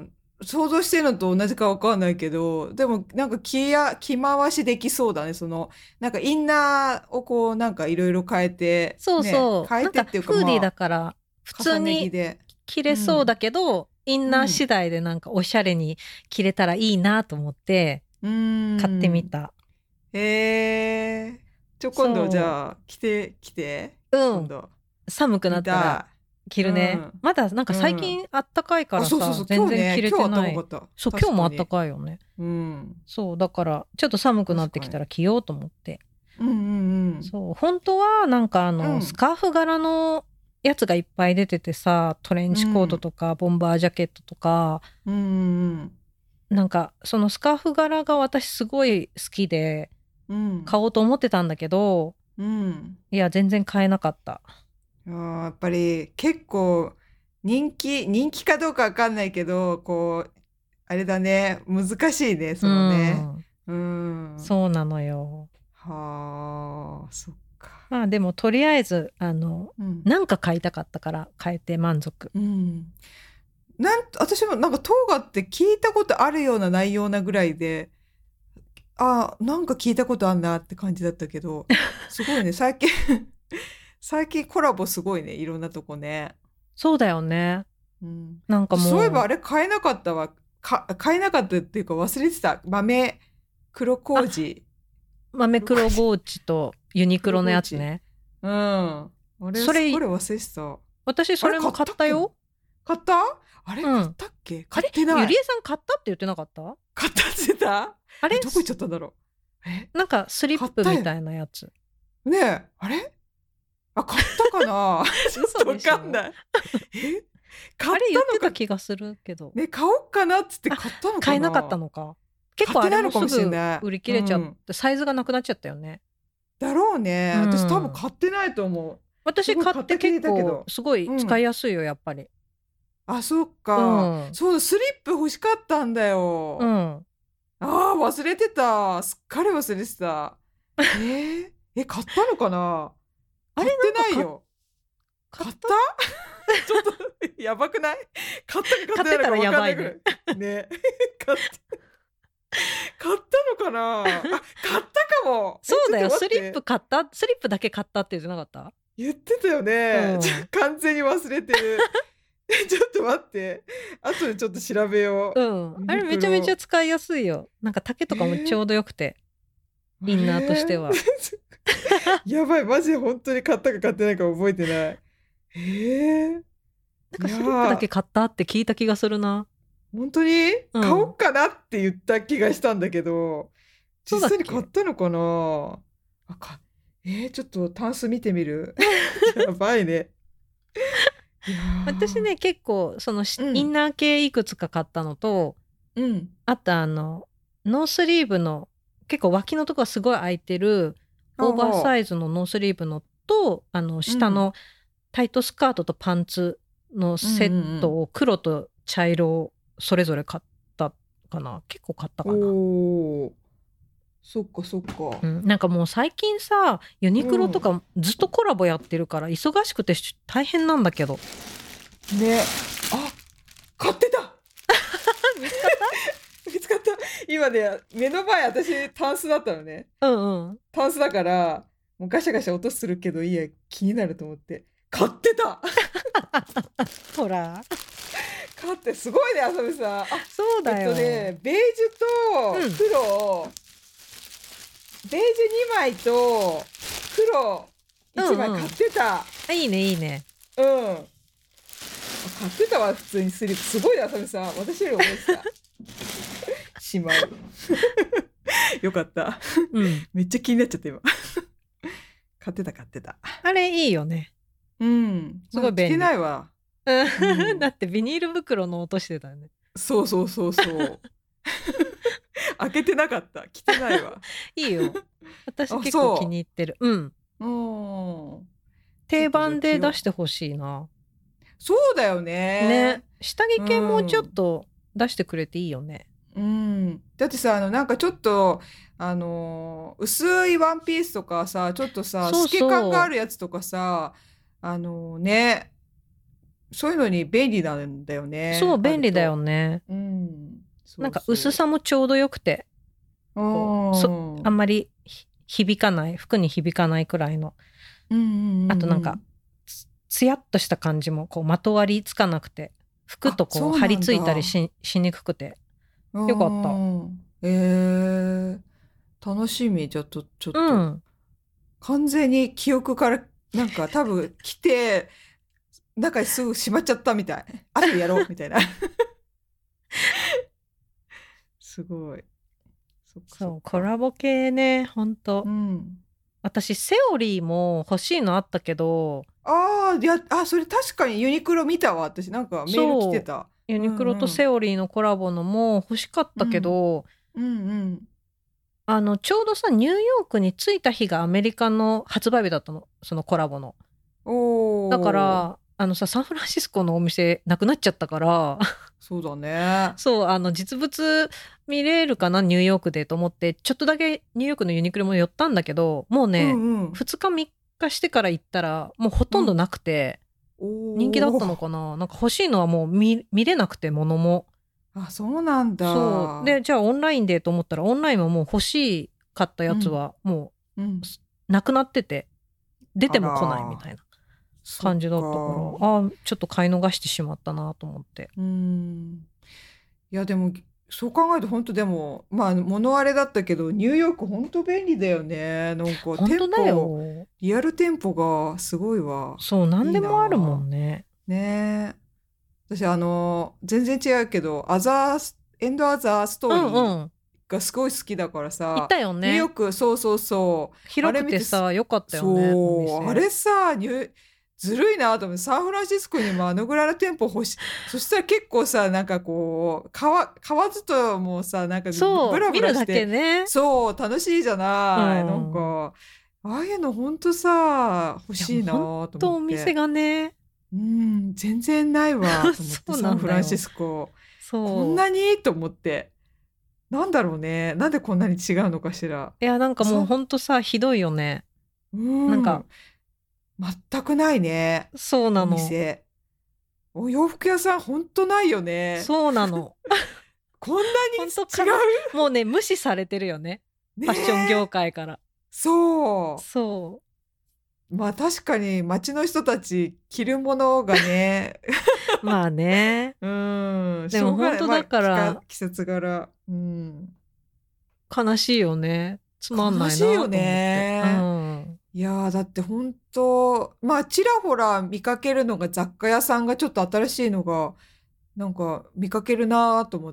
想像してるのと同じか分かんないけど、でもなんか着や着回しできそうだね。そのなんかインナーをこうなんかいろいろ変えて、 そうそう、ね、 変えてっていうか、 なんかフーディーだから普通に着れそうだけど、うん、インナー次第でなんかおしゃれに着れたらいいなと思って買ってみた。 へえー、ちょ今度じゃあ着て着て、 うん、今度寒くなったら着るね、うん、まだなんか最近あったかいからさ、うん、そうそうそう全然着れてない。今日、ね、そう今日もあったかいよね、うん、そうだからちょっと寒くなってきたら着ようと思って、うんうんうん、そう本当はなんかあの、うん、スカーフ柄のやつがいっぱい出ててさ、トレンチコートとか、うん、ボンバージャケットとか、うんうん、なんかそのスカーフ柄が私すごい好きで、うん、買おうと思ってたんだけど、うん、いや全然買えなかった。 あやっぱり結構人気人気かどうかわかんないけど、こうあれだね、難しいねそのね、うん、 うん、そうなのよ。 はあそっか。 まあでもとりあえずあの、うん、なんか買いたかったから買えて満足。うん、 なん私もなんかトーガって聞いたことあるような内容なぐらいで、あなんか聞いたことあんなって感じだったけど、すごいね最近最近コラボすごいね、いろんなとこね。 そうだよね、うん、なんかもうそういえばあれ買えなかったわ。か買えなかったっていうか忘れてた。豆黒麹、 豆黒麹とユニクロのやつね。 うんあれそれこれ忘れてた。 私それも買ったよ。 買った？あれ、うん、買ったっけ？買ってない。 ゆりえさん買ったって言ってなかった？ 買ったって言ってた？ あれどこ行っちゃったんだろう。 えなんかスリップ買ったよみたいなやつ。 ねえ、あれあ、買ったかなちょっとわかんない。え買っあれ言ったてのかた気がするけど。 ね、買おうかなっつって買ったのかな買えなかったのか。結構あ買ってないれもすのかもしれぐない。 売り切れちゃっうんて、サイズがなくなっちゃったよね。 だろうね。 うん私多分買ってないと思う。す私ごい買って結買った気だけど構すごい使いやすいよ、やっぱり。 あ、そっうか。 ん。 そうだ、スリップ欲しかったんだよ。 うん。 ああ、忘れてた。すっかり忘れてた。えー、え、買ったのかなあれ買ってないよ。 買っ買ったちょっと、やばくない買ったか買ってないのか分かんないぐらい。ね。買った買ったのかなあ、買ったかも。えそうだよ、 ちょっと待ってスリップ買ったスリップだけ買ったって言ってなかった？ 言ってたよね。 うんちょ完全に忘れてる。ちょっと待って。後でちょっと調べよう。 うん。あれめちゃめちゃ使いやすいよ。なんか丈とかもちょうどよくて。インナーとしてはあれやばい、マジで本当に買ったか買ってないか覚えてない。えー、 なんかスリップだけ買ったって聞いた気がするな。 本当に、 うん買おうかなって言った気がしたんだけど、 そうだっけ実際に買ったのかなあかえー、ちょっとタンス見てみる。やばいね。いやー私ね、結構そのし、 うんインナー系いくつか買ったのと、 うん。 あとあのノースリーブの結構脇のとこがすごい開いてるオーバーサイズのノースリーブのと、あの下のタイトスカートとパンツのセットを黒と茶色をそれぞれ買ったかな。結構買ったかな。 おーそっかそっか。 うん、なんかもう最近さユニクロとかずっとコラボやってるから忙しくてし大変なんだけど。 ね。あ、買ってた見つかっ見つかった。今ね、目の前私タンスだったのね。 た？うんうん。 タンスだから、もうガシャガシャ音するけどいいや、気になると思って。買ってたほら買って、すごいね、あさみさん。あ、 そうだよ。 えっとね、ベージュと黒、ベージュにまいと黒いちまい買ってた。 あいいねいいね。 うん。買ってたわ、普通にスリップ。すごいね、あさみさん。私より覚えてた。しまう。よかった。 うん。 めっちゃ気になっちゃった、今。買ってた、買ってた。 あれいいよね。 うん。 すごい便利着てないわ。 うんだってビニール袋の音してたよね。 そうそうそうそう。開けてなかった。着てないわ。 いいよ。私あ結構気に入ってる。うん。 うん。 定番で出してほしいな。 そうだよね。 ね。下着系もうちょっと出してくれていいよね。 うん。だってさ、あの、なんかちょっと、あのー薄いワンピースとかさ、ちょっとさ、 そうそう透け感があるやつとかさ、あのね、そういうのに便利なんだよね。 そう、便利だよね。 ね。 うん。そうそうなんか薄さもちょうどよくて、こうそあんまりひ響かない、服に響かないくらいの。 うんうんうん、 あとなんか、つつやっとした感じもこうまとわりつかなくて、服とこう張り付いたりし、しにくくて。よかったえー、楽しみ。じゃあとちょっと、 うん。 完全に記憶からなんか多分来て中にすぐしまっちゃったみたい。あとでやろうみたいな。すごい。そっかそう、 そっかコラボ系ね、ほんと。 うん。 私、セオリーも欲しいのあったけど、 ああ、いや、あ、それ確かにユニクロ見たわ。私なんかメール来てた。 ユニクロとセオリーのコラボのも欲しかったけど、 うんうん。 あの、ちょうどさ、ニューヨークに着いた日がアメリカの発売日だったの、そのコラボの。 おお。 だから、あのさ、サンフランシスコのお店なくなっちゃったから、 そうだね。 そう、あの、実物見れるかな、ニューヨークでと思って、ちょっとだけニューヨークのユニクロも寄ったんだけど、もうね、 うんうん、 ふつかみっかしてから行ったら、もうほとんどなくて、 おー人気だったのかな、なんか欲しいのはもう 見, 見れなくて、物も。 あ、そうなんだ。 そうで、じゃあオンラインでと思ったら、オンラインももう欲しかったやつはもうん、 うなくなってて、出ても来ないみたいな感じだったから、 そっああ、ちょっと買い逃してしまったなと思って。 うんいやでもそう考えると本当でもまあ物あれだったけどニューヨーク本当便利だよね。なんか本当だ店舗よ。 リアル店舗がすごいわ。 そう、何でもあるもんね。 ねえ。私あの全然違うけどアザーエンドアザーストーリうんうーん。 がすごい好きだから行さ、 ったよね。 ニューヨーク、そうそうそう。 広くてさ、よかったよね。 そう、あれさ、ニュずるいなと思って、サンフランシスコにもあのぐらいの店舗欲しい。そしたら結構さ、なんかこう、買わ、買わずともさ、なんかブラブラして。 ね、 そう、楽しいじゃない。うん、なんか、ああいうのほんとさ、欲しいなと思って。ほんとお店がね。 うん、全然ないわ、と思って、サンフランシスコ。 そう。 こんなにと思って。なんだろうね。なんでこんなに違うのかしら。 いや、なんかもうほんとさ、ひどいよね。 うん。 なんか、 全くないね。 そうなの。 お店。お洋服屋さんほんとないよね。 そうなの。 こんなに違うもうね、無視されてるよね。ファッション業界から。 そう。 そう。 まあ確かに街の人たち着るものがね。 まあね。 うん。 でも本当だから、 まあ、季節柄。うん。 悲しいよね。つまんないなと思って。 悲しいよね。うん、いやだって本当まあちらほら見かけるのが雑貨屋さんがちょっと新しいのがなんか見かけるなと思って、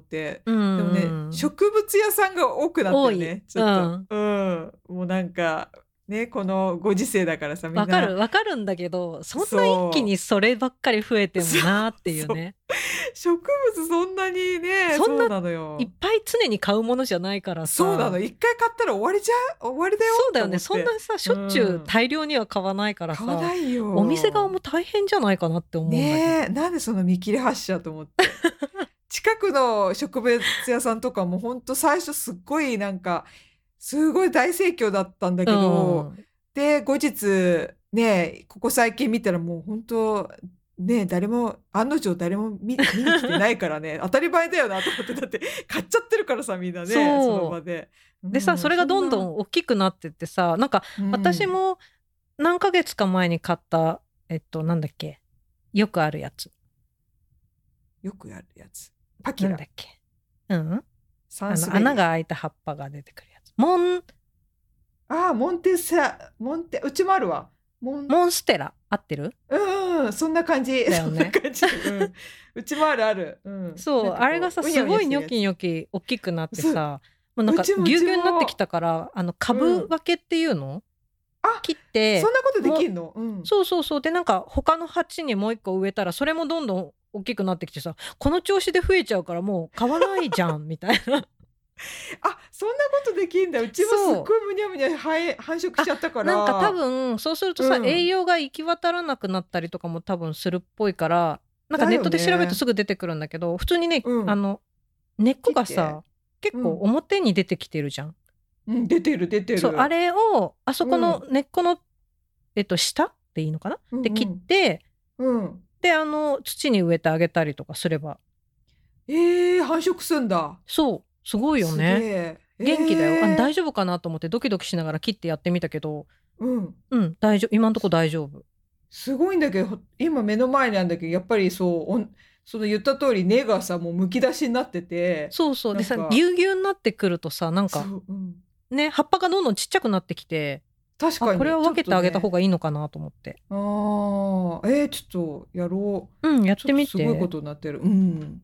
うんうん、 でもね植物屋さんが多くなったよね。ちょっと、うん、うん、もうなんかね、このご時世だからさ、みんなわかるわかるんだけど、そんな一気にそればっかり増えてもなっていうね。 そうそう植物そんなにね、 そんなそうなのよ。 いっぱい常に買うものじゃないからさ。 そうなの。一回買ったら終わりじゃ終わりだよ。 そうだよね。そんなさ、しょっちゅう大量には買わないからさ、 買わないよ。 お店側も大変じゃないかなって思うんだけど。 ねえ、なんでその見切り発車と思って。近くの植物屋さんとかも本当最初すっごいなんかすごい大盛況だったんだけど、うん、で後日ねここ最近見たらもう本当ね誰も案の定誰も 見, 見に来てないからね当たり前だよなと思って、だって買っちゃってるからさみんなね そ, その場で。 でさ、うん、それがどんどん大きくなってってさ、なんか私も何ヶ月か前に買ったえっとなんだっけ、よくあるやつよくあるやつパキラなんだっけ、うん、あの穴が開いた葉っぱが出てくるやつ、モンああモンテサモンテうちもあるわモンモンステラ合ってる？ うん、そんな感じだよね。そんな感じ、うん、うちもあるある、うん、 そうあれがさすごいニョキニョキ大きくなってさ、もうなんかぎゅうぎゅうになってきたから、あの株分けっていうの、うん、切ってそんなことできんの、うん、 そうそうそう。でなんか他の鉢にもう一個植えたらそれもどんどん大きくなってきてさ、この調子で増えちゃうからもう買わないじゃんみたいな。 あ、そんなことできんだ。うちもすっごいむにゃむにゃ繁殖しちゃったから。 なんか多分そうするとさ、うん、栄養が行き渡らなくなったりとかも多分するっぽいから、なんかネットで調べるとすぐ出てくるんだけど、普通にね、うん、あの根っこがさ結構表に出てきてるじゃん。 うん、出てる出てる。 そうあれをあそこの根っこの、えっと下でいいのかな、うんうん、で切って、うん、であの土に植えてあげたりとかすれば、 えー、繁殖すんだ。 そうすごいよね。元気だよ。あの大丈夫かなと思ってドキドキしながら切ってやってみたけど、うんうん大丈夫、今のところ大丈夫。 すごいんだけど、今目の前なんだけど、やっぱりそうその言った通り根がさもうむき出しになってて、 そうそうでさぎゅうぎゅうになってくるとさなんか、うん、ね葉っぱがどんどんちっちゃくなってきて、 確かにこれは分けてあげた方がいいのかなと思って。 ああえー、ちょっとやろう。うんやってみて。 すごいことになってる。うん。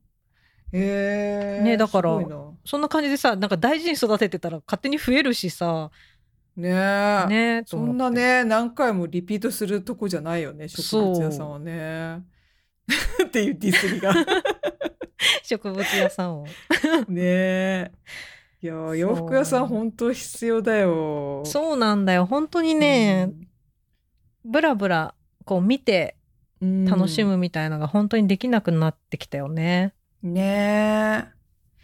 へえー、 ねだからそんな感じでさなんか大事に育ててたら勝手に増えるしさ。 ねえねそんなね何回もリピートするとこじゃないよね植物屋さんはねっていうディスりが植物屋さんをねえいや洋服屋さん本当必要だよ。 そうなんだよ本当にね、うん、ブラブラこう見て楽しむみたいなのが本当にできなくなってきたよね。 ねえ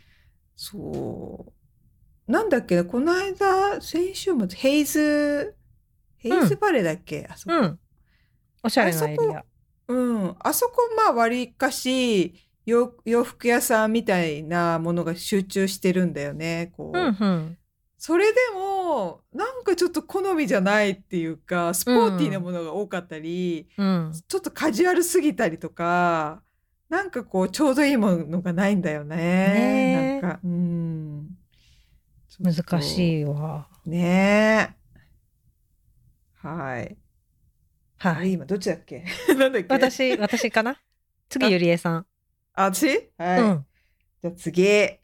そうなんだっけこの間先週末ヘイズヘイズバレーだっけ、うん、あそこ、うん、 おしゃれなエリア。 うんあそこまあ割かし洋, 洋服屋さんみたいなものが集中してるんだよねこう、うんうん、それでもなんかちょっと好みじゃないっていうかスポーティーなものが多かったり、うん、ちょっとカジュアルすぎたりとかなんかこうちょうどいいものがないんだよね。ねなんかうん難しいわねはい、 はい、 今どっちだっけなんだっけ私私かな次ゆりえさん。 あ私はい、うん、じゃあ次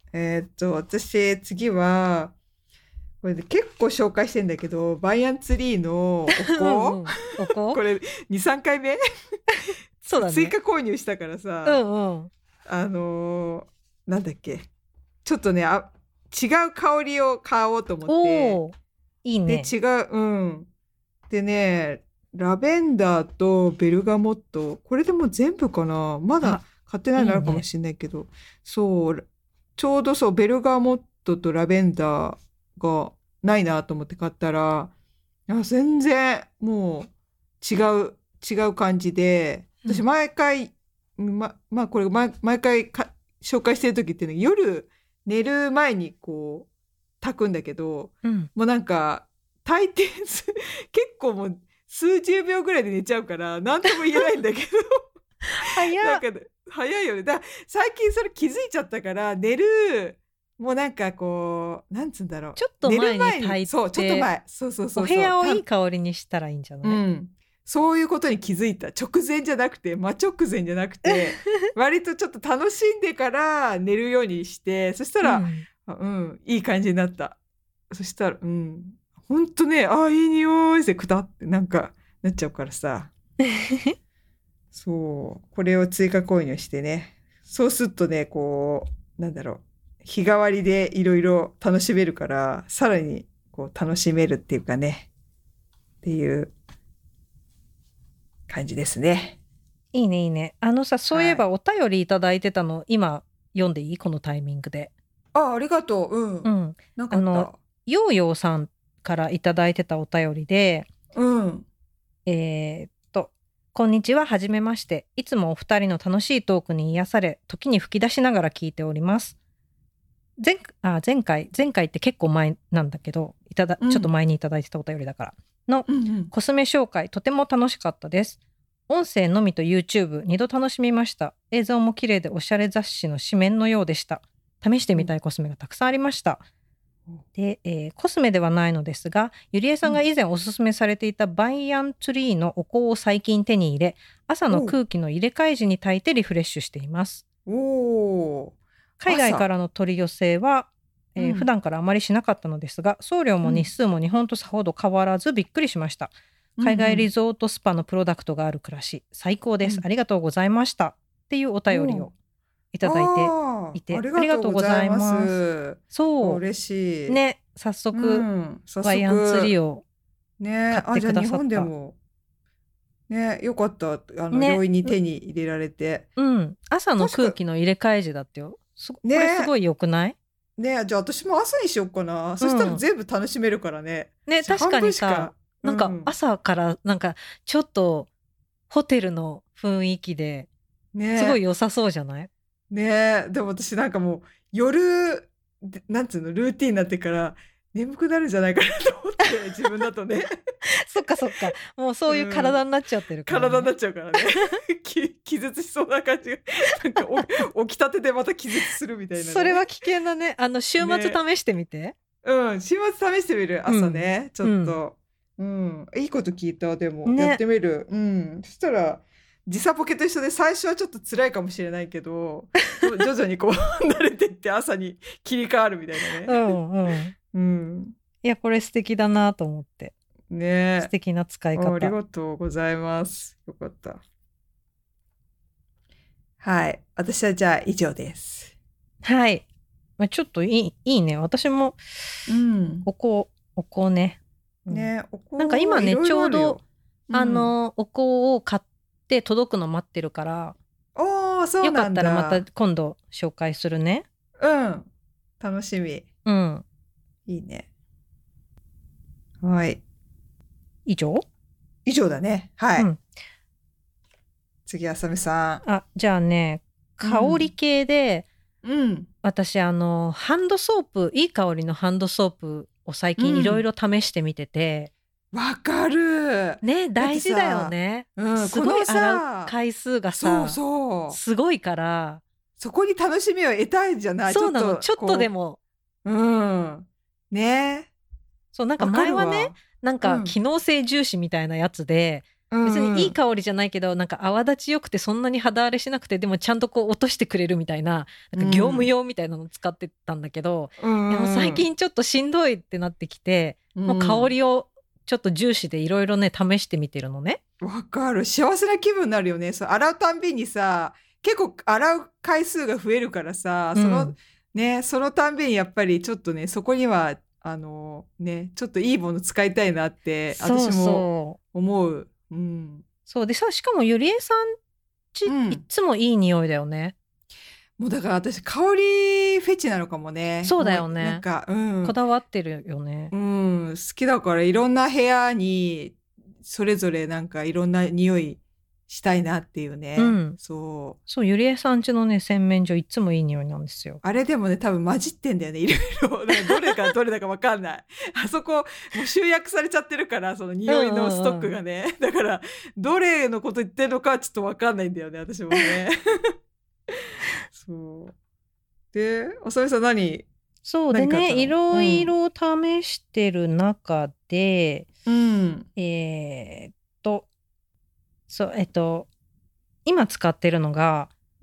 えーっと、私、次は、これで結構紹介してんだけど、バイアンツリーのおう香んうん。お香これ、に、さんかいめそうだね。 追加購入したからうさ、 んうん。 あのーなんだっけ。ちょっとね、あ、違う香りを買おうと思って、 おー、いいで、 ね。 違う、うん。でね、ラベンダーとベルガモット、これでもう全部かな。まだあ、 買ってないいいね。 のあるかもしれないけど、そう、ちょうどそう、ベルガモットとラベンダーがないなと思って買ったら、あ、全然もう違う、違う感じで、私うん。 毎回、ま、まあこれ毎、毎回か紹介してる時ってね、夜寝る前にこう炊くんだけど、 うん。 もうなんか炊いてす結構もう数十秒ぐらいで寝ちゃうから何とも言えないんだけど早っ。 なんかね早いよね。だ最近それ気づいちゃったから寝るもうなんかこうなんつうんだろうちょっと寝る前に前に炊いそうちょっとて、 前そうそうおそう部屋をいいそうた香りにしたらいいんじゃない？ うん。そういうことに気づいた。直前じゃなくて、真直前じゃなくて、割とちょっと楽しんでから寝るようにして、そしたら、 うん。 あうん、いい感じになった。そしたら、うん、ほんとね、あ、いい匂いってくたってなんかなっちゃうからさ。そう、これを追加購入してね。そうするとね、こう、なんだろう、日替わりでいろいろ楽しめるから、さらにこう楽しめるっていうかね、っていう感じですね。 いいね、いいね。あのさ、そういえはい。 ばお便りいただいてたの、今読んでいい？このタイミングで。 あ、ありがとう。うん。 うん。 なかあの、 った。 ヨーヨーさんからいただいてたお便りで、 うん。 えーっと、こんにちは、はじめまして。いつもお二人の楽しいトークに癒され、時に吹き出しながら聞いております。前、あ、前回、前回って結構前なんだけど、いただ、ちょっとうん。 前にいただいてたお便りだから、のうんうん。 コスメ紹介、とても楽しかったです。音声のみと YouTube、二度楽しみました。映像も綺麗でおしゃれ雑誌の紙面のようでした。試してみたいコスメがたくさんありました。で、えーコスメではないのですが、ゆりえさんが以前おすすめされていたバイアンツリーのお香を最近手に入れ、朝のお空気の入れ替え時に炊いてリフレッシュしています。 おー。 海外か朝。 らの取り寄せは、えー普うん。 段からあまりしなかったのですが、送料も日うん。 数も日本とさほど変わらずびっくりしました。 うんう海外リん。 ゾートスパのプロダクトがある暮らし、最高です。 うん。 ありがとうございました。っていうお便りおー。 をいただいてああ、あいて、 りがとうごありがとうございざいまます。 す。あ、 そ嬉しう。 い。 ね、早う速、 ん。早バイアンツリ速。 ーをね。あ、 買ってくだじゃあ日さった。 本でも。ね。よかった。あの、容ね、 易にう手に入れられて。 うん。朝の空確か、 気の入れ替え時だってよ。そこれすね。 ごい良くない？ ね。じゃあ私も朝にしようかな。 うそしたらん。 全部楽しめるからね。 ね、確かじゃあ半にさ、 分しか。うなんかん。 朝からなんかちょっとホテルの雰囲気ですごいね。 良さそうじゃない？ ねえ、でも私なんかもう夜、でなんつうの、ルーティンになってから眠くなるんじゃないかなと思って、自分だとね。 そっかそっか。もうそういううん。 体になっちゃってるからね。 体になっちゃうからね。き気絶しそうな感じが。なんかお起きたてでまた気絶するみたいなね。 それは危険だね。あの、週末ね。 試してみて。 うん、週末試してみる、 うん。 朝ね。ちょうん。 っと。うん。いいこと聞いた、でも。やっね。 てみる。うん。そしたら、時差ボケと一緒で最初はちょっと辛いかもしれないけど、ど徐々にこう慣れてって朝に切り替わるみたいなね。 うんうん。 うん。 いや、これ素敵だなと思って。素ね敵な使いえ。あ、あり方。 がとうございます。よかった。はい。私はじゃあ以上です。 はい。まあ、ちょっといい、いいね。私も、 うん。 お香、お香ね。うん。 ねえ、おなんか今ね、 香いろいちょうど、 ろあるよ。うん。 あの、お香を買って届くの待ってるから、 おー、そうよかっなんたらまただ。 今度紹介するね。 うん。楽しみ。 うん。 いいね。はい。 以上？ 以上だね。はい。 うん。 次、あさみさあ、じゃあね、 ん。う香りん。 系で、 うん。 私、あの、ハンドソープ、いい香りのハンドソープを最う近いろいん。 ろ試してみてて、 わかる。 ね、 だって大事だよさ、 ね。 うん、 すごいこの洗うさ、 回数がそうさ、 そう。 すごいから、 そこに楽しみを得たいじゃない。ちそうなの、 ょっと、 ちょっとでこも、 う、うん。ね。 そう、なんかわか前はね、 るわ。 なんうん。 か機能性重視みたいなやつで、 うんうん、 別にいい香りじゃないけどなんか泡立ちよくてそんなに肌荒れしなくてでもちゃんとこう落としてくれるみたいな、なんか業務用みたいなの使ってたんだけど、 うんうん、 でも最近ちょっとしんどいってなってきて、うん、もう香りをちょっと重視でいろいろね試してみてるのね。 わかる。幸せな気分になるよね。そう洗うたんびにさ、結構洗う回数が増えるからさ、その、うん、ね、そのたんびにやっぱりちょっとね、そこにはあのね、ちょっといいもの使いたいなって私も思う。うん、 そうでさ、しかもゆりえさんち、うん、いつもいい匂いだよね。 もうだから私香りフェチなのかもね。 そうだよね。 なんか、うん、 こだわってるよね。 うん、好きだからいろんな部屋にそれぞれなんかいろんな匂いしたいなっていうね。うん、そう。 そう、ゆりえさんちのね洗面所いつもいい匂いなんですよ。 あれでもね多分混じってんだよね、いろいろ。どれかどれだか分かんない。あそこもう集約されちゃってるからその匂いのストックがね。うんうんうん、だからどれのこと言ってるのかちょっと分かんないんだよね、私もね。そう。で、あさみさん何？ そうでね、いろいろ試してる中で、うん、えー、っとそうえっと今使ってるのが、うん、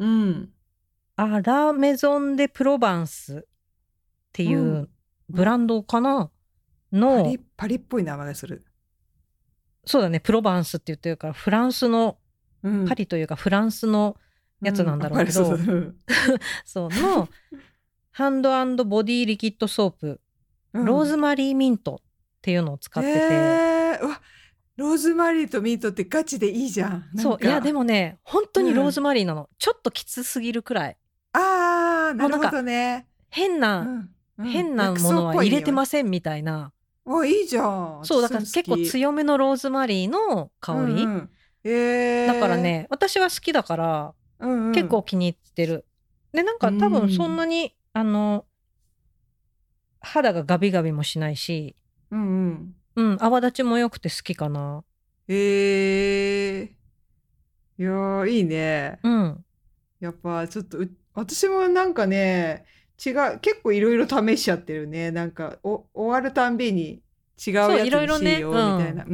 アラメゾンデプロバンスっていうブランドかな、うん、のパリパリっぽい名前がする。 そうだね、プロバンスって言ってるからフランスの、うん、パリというかフランスのやつなんだろうけど、うん、そうそうのハンド&ボディリキッドソープ、うん、ローズマリーミントっていうのを使ってて、 えー、うわローズマリーとミントってガチでいいじゃん。 そういやでもね本当にローズマリーなの、うん、ちょっときつすぎるくらい。 あーなるほどね。 変な、うんうん、変なものは入れてませんみたいな。 あいいじゃん。 そうだから結構強めのローズマリーの香り、うんうんえー、だからね私は好きだから、うんうん、結構気に入ってる。でなんか多分そんなに、うん、あの肌がガビガビもしないし、うんうんうん、泡立ちも良くて好きかな。 へえー、いやーいいね。うん。やっぱちょっと私もなんかね違う結構いろいろ試しちゃってるね。なんかお終わるたんびに違うやつにしようみたいな。うん。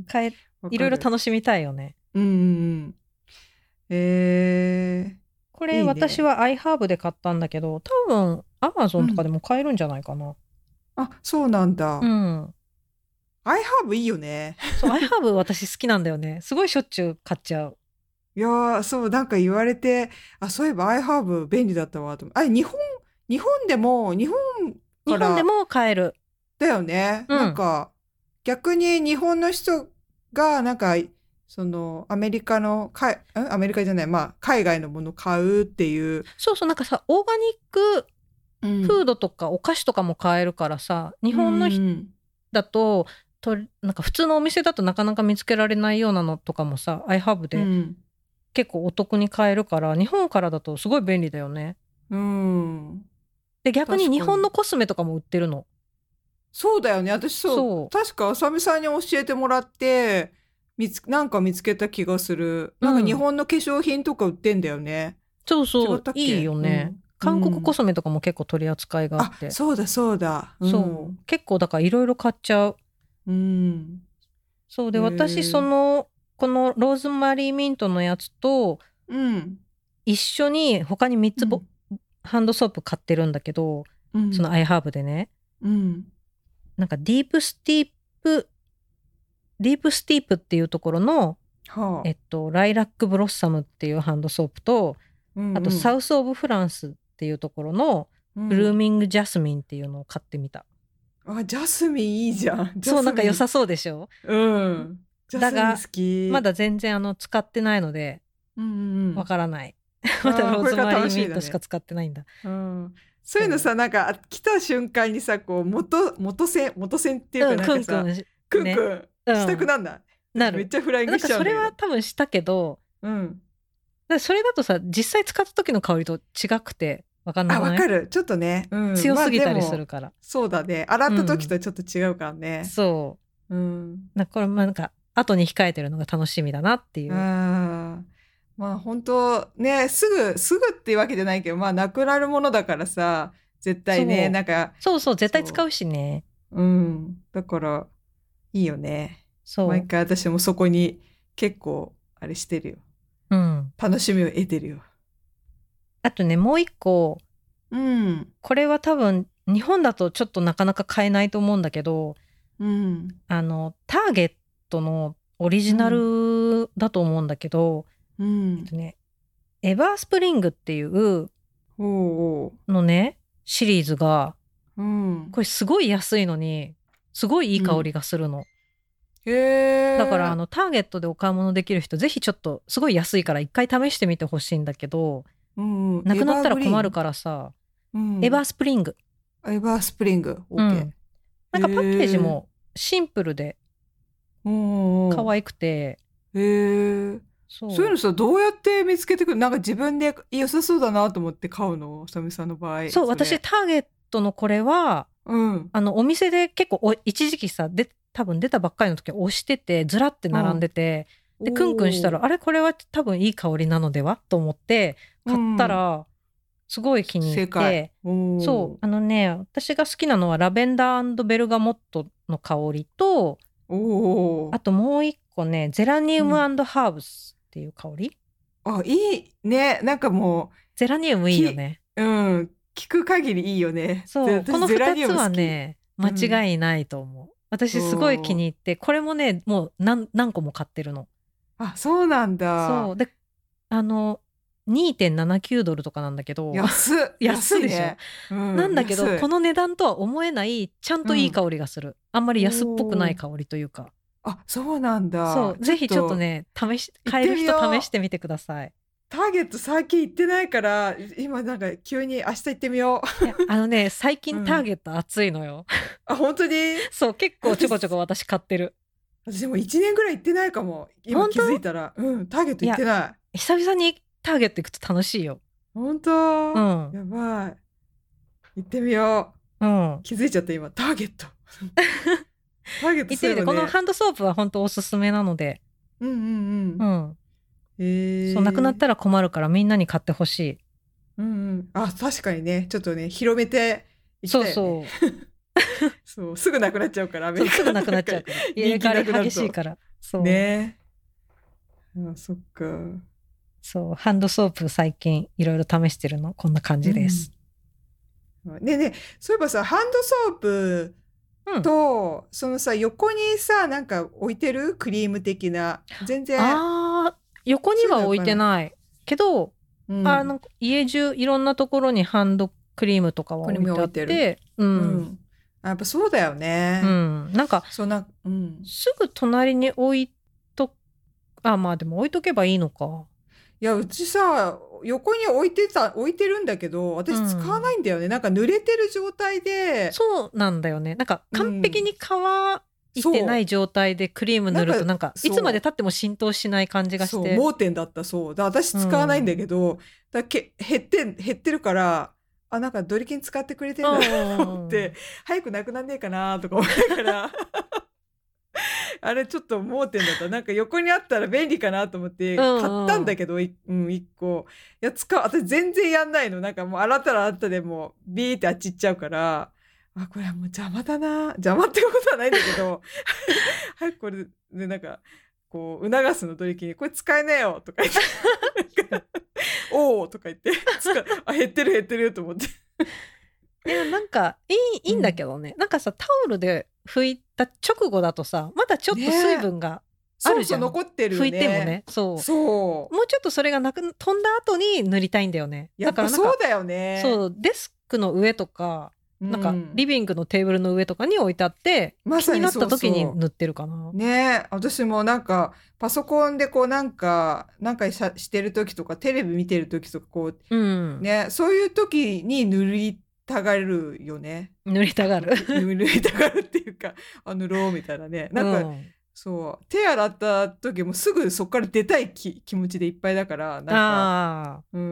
変えいろいろ楽しみたいよね。 うんうん。えー、 これいい、ね、私は iHerb で買ったんだけど多分 Amazon とかでも買えるんじゃないかな。うん、 あそうなんだ。うん。iHerb いいよね。 そう iHerb 私好きなんだよね。すごいしょっちゅう買っちゃう。 いやーそうなんか言われてあそういえば iHerb 便利だったわと思って。あ日本日本でも日本から日本でも買えるだよね、うん、なんか逆に日本の人がなんかそのアメリカのかいアメリカじゃないまあ海外のものを買うっていうそうそうなんかさオーガニックフードとかお菓子とかも買えるからさ、うん、日本の人だと、となんか普通のお店だとなかなか見つけられないようなのとかもさ iHerb で、うん結構お得に買えるから日本からだとすごい便利だよね。うん。で逆に日本のコスメとかも売ってるの。 そうだよね。私そう。そう確かあさみさんに教えてもらって見つなんか見つけた気がする。なんか日本の化粧品とか売ってんだよね。 そうそういいよね、うん。韓国コスメとかも結構取り扱いがあって。 あそうだそうだ。 うん、そう結構だからいろいろ買っちゃう。うん。そうで私そのこのローズマリーミントのやつと、うん、一緒に他にみっつボ、うん、ハンドソープ買ってるんだけど、うん、その iHerb でね、うん、なんかディープスティープディープスティープっていうところの、はあ、えっとライラックブロッサムっていうハンドソープと、うんうん、あとサウスオブフランスっていうところのブルーミングジャスミンっていうのを買ってみた。 うん、あジャスミンいいじゃん。 そうなんか良さそうでしょ。うんだがまだ全然あの使ってないのでわ、うんうん、からないまだローズマリーミントしか使ってないんだ、 うん、そういうのさなんか来た瞬間にさこう元元線元線っていうかなんかさ、うん、クンクン、ね、クンクンしたくなんない、うん、なるめっちゃフライングしちゃうんだけどなんかそれは多分したけど、うん、だそれだとさ実際使った時の香りと違くて分かんない。 あ分かるちょっとね、 うん、強すぎたりするから、まあ、 そうだね洗った時とちょっと違うからね、 うん、そう、うん、なんかこれまあなんか後に控えてるのが楽しみだなっていう。あまあ本当ねすぐすぐっていうわけじゃないけどまあなくなるものだからさ絶対ねなんかそうそう絶対使うしね。 うんだからいいよね。そう毎回私もそこに結構あれしてるよ。 うん。 楽しみを得てるよ。 あとね、もう一個、 うん。 これは多分日本だとちょっとなかなか買えないと思うんだけど、 うん。 あの、ターゲットのオリジナルだと思うんだけど、 うえっん。 とね、エバースプリングっていうおうおのね、シリーズが、 う。うん。 これすごい安いのに、すごいいい香りがするの。 へえ。 だからあの、ターゲットでお買い物できる人、ぜひちょっと、すごい安いから一回試してみてほしいんだけど、 うんうん、 なくなったらエバーグリーン困るからさ、 うん、 エバースプリング。 エバースプリング。オうッケー。 ん。なんかパッケージもシンプルで可愛くて、 へえ。 そう。 そういうのさ、どうやって見つけてくる？なんか自分で良さそうだなと思って買うの？さみさんの場合。 そう、私ターゲットのこれは、 うん。 あの、お店で結構お、一時期さ、で、多分出たばっかりの時は押してて、ずらって並んでて、 うん、 で、クンクンしたら、あれこれは多分いい香りなのではと思って、買ったら、すごい気に入って、そう、あのね、私が好きなのはラベンダー&ベルガモットの香りと、あともう一個ね、ゼラニウム&ハーブスっていう香り、 うん、あ、いいね。なんかもう。 ゼラニウムいいよね。 うん。聞く限りいいよね。 そう、この二つはね、間違いないと思う。うん、私すごい気に入って、これもね、もう何、何個も買ってるの。 あ、そうなんだ。 そう。で、あの、にてんななきゅう ドルとかなんだけど。 安っ。 安いでしょ。 ね、うん、 なんだけど、この値段とは思えない、ちゃんといい香りがする。うん、あんまり安っぽくない香りというか。 あ、そうなんだ。 そう。ぜひちょっとね、試し、買える人試してみてください。 ターゲット最近行ってないから、今なんか急に明日行ってみよう。いや、あのね、最近ターゲット熱いのよ。 うん、あ、本当に？ そう、結構ちょこちょこ私買ってる。 私もいちねんぐらい行ってないかも。今気づいたら。うん、ターゲット行ってない。 い久々にターゲット行くと楽しいよ。 本当？ うん。 やばい。行ってみよう。うん。 気づいちゃった今。ターゲット。ターゲット、ね、 行ってみて、このハンドソープは本当おすすめなので。 うんうんうん。 うん。 へえ。 そう、なくなったら困るからみんなに買ってほしい。 うんうん。あ、確かにね。ちょっとね、広めていきたい、ね。そうそう。そう、すぐなくなっちゃうから。 そう、すぐなくなっちゃうから。入れ替わり激しいから。そう。 ね。あ、そっか。 そう、ハンドソープ最近いろいろ試してるの。こんな感じです。 うん、ねえねえ、そういえばさ、ハンドソープと、うん、そのさ、横にさ、なんか置いてるクリーム的な。全然。 ああ、横には置いてないけど、うん、あの家中いろんなところにハンドクリームとかは置いてあって、うん、うん、 やっぱそうだよね。 うん、なんかそんな、うん、 すぐ隣に置いと、あ、まあでも置いとけばいいのか。 いや、うちさ、横に置いてた、置いてるんだけど、私使わないんだよね。うん、なんか濡れてる状態で。 そうなんだよね。なんか完璧に乾いてない状態でクリーム塗ると、なんかいつまで経っても浸透しない感じがして。 そう、盲点だった、そう。だ私使わないんだけど、うん、だけ減って、減ってるから、あ、なんかドリキン使ってくれてんだなと思って、早くなくなんねえかなとか思いながら。あれちょっと盲点だった。なんか横にあったら便利かなと思って買ったんだけど、うん、うん、一個。いや、使う、私全然やんないの。なんかもう洗ったら洗ったでもうビーってあっち行っちゃうから、あ、これはもう邪魔だな。邪魔ってことはないんだけど、早くこれでなんか、こう、促すのドリキンに、これ使えねえよとか言って、おーとか言って、あ、減ってる減ってると思って。 いや、なんかいい、いいんだけどね。うん、なんかさ、タオルで拭いた直後だとさ、まだちょっと水分があるじゃん。 ね、そうそう残ってるよね。 拭いてもね。そう。 そう。 もうちょっとそれがなく、飛んだ後に塗りたいんだよね。 やっぱそうだよね。 そう、デスクの上とか、なんかリビングのテーブルの上とかに置いてあって、うん、気になった時に塗ってるかな。 そうそうね、私もなんかパソコンでこうなんかなんかしてる時とかテレビ見てる時とかこう、うん、ね、そういう時に塗りたがるよね。 塗りたがる。 塗りたがるっていうか、あ塗ろうみたいなね。なんか、うん、そう手洗った時もすぐそこから出たい気気持ちでいっぱいだからなんか、あ、うん。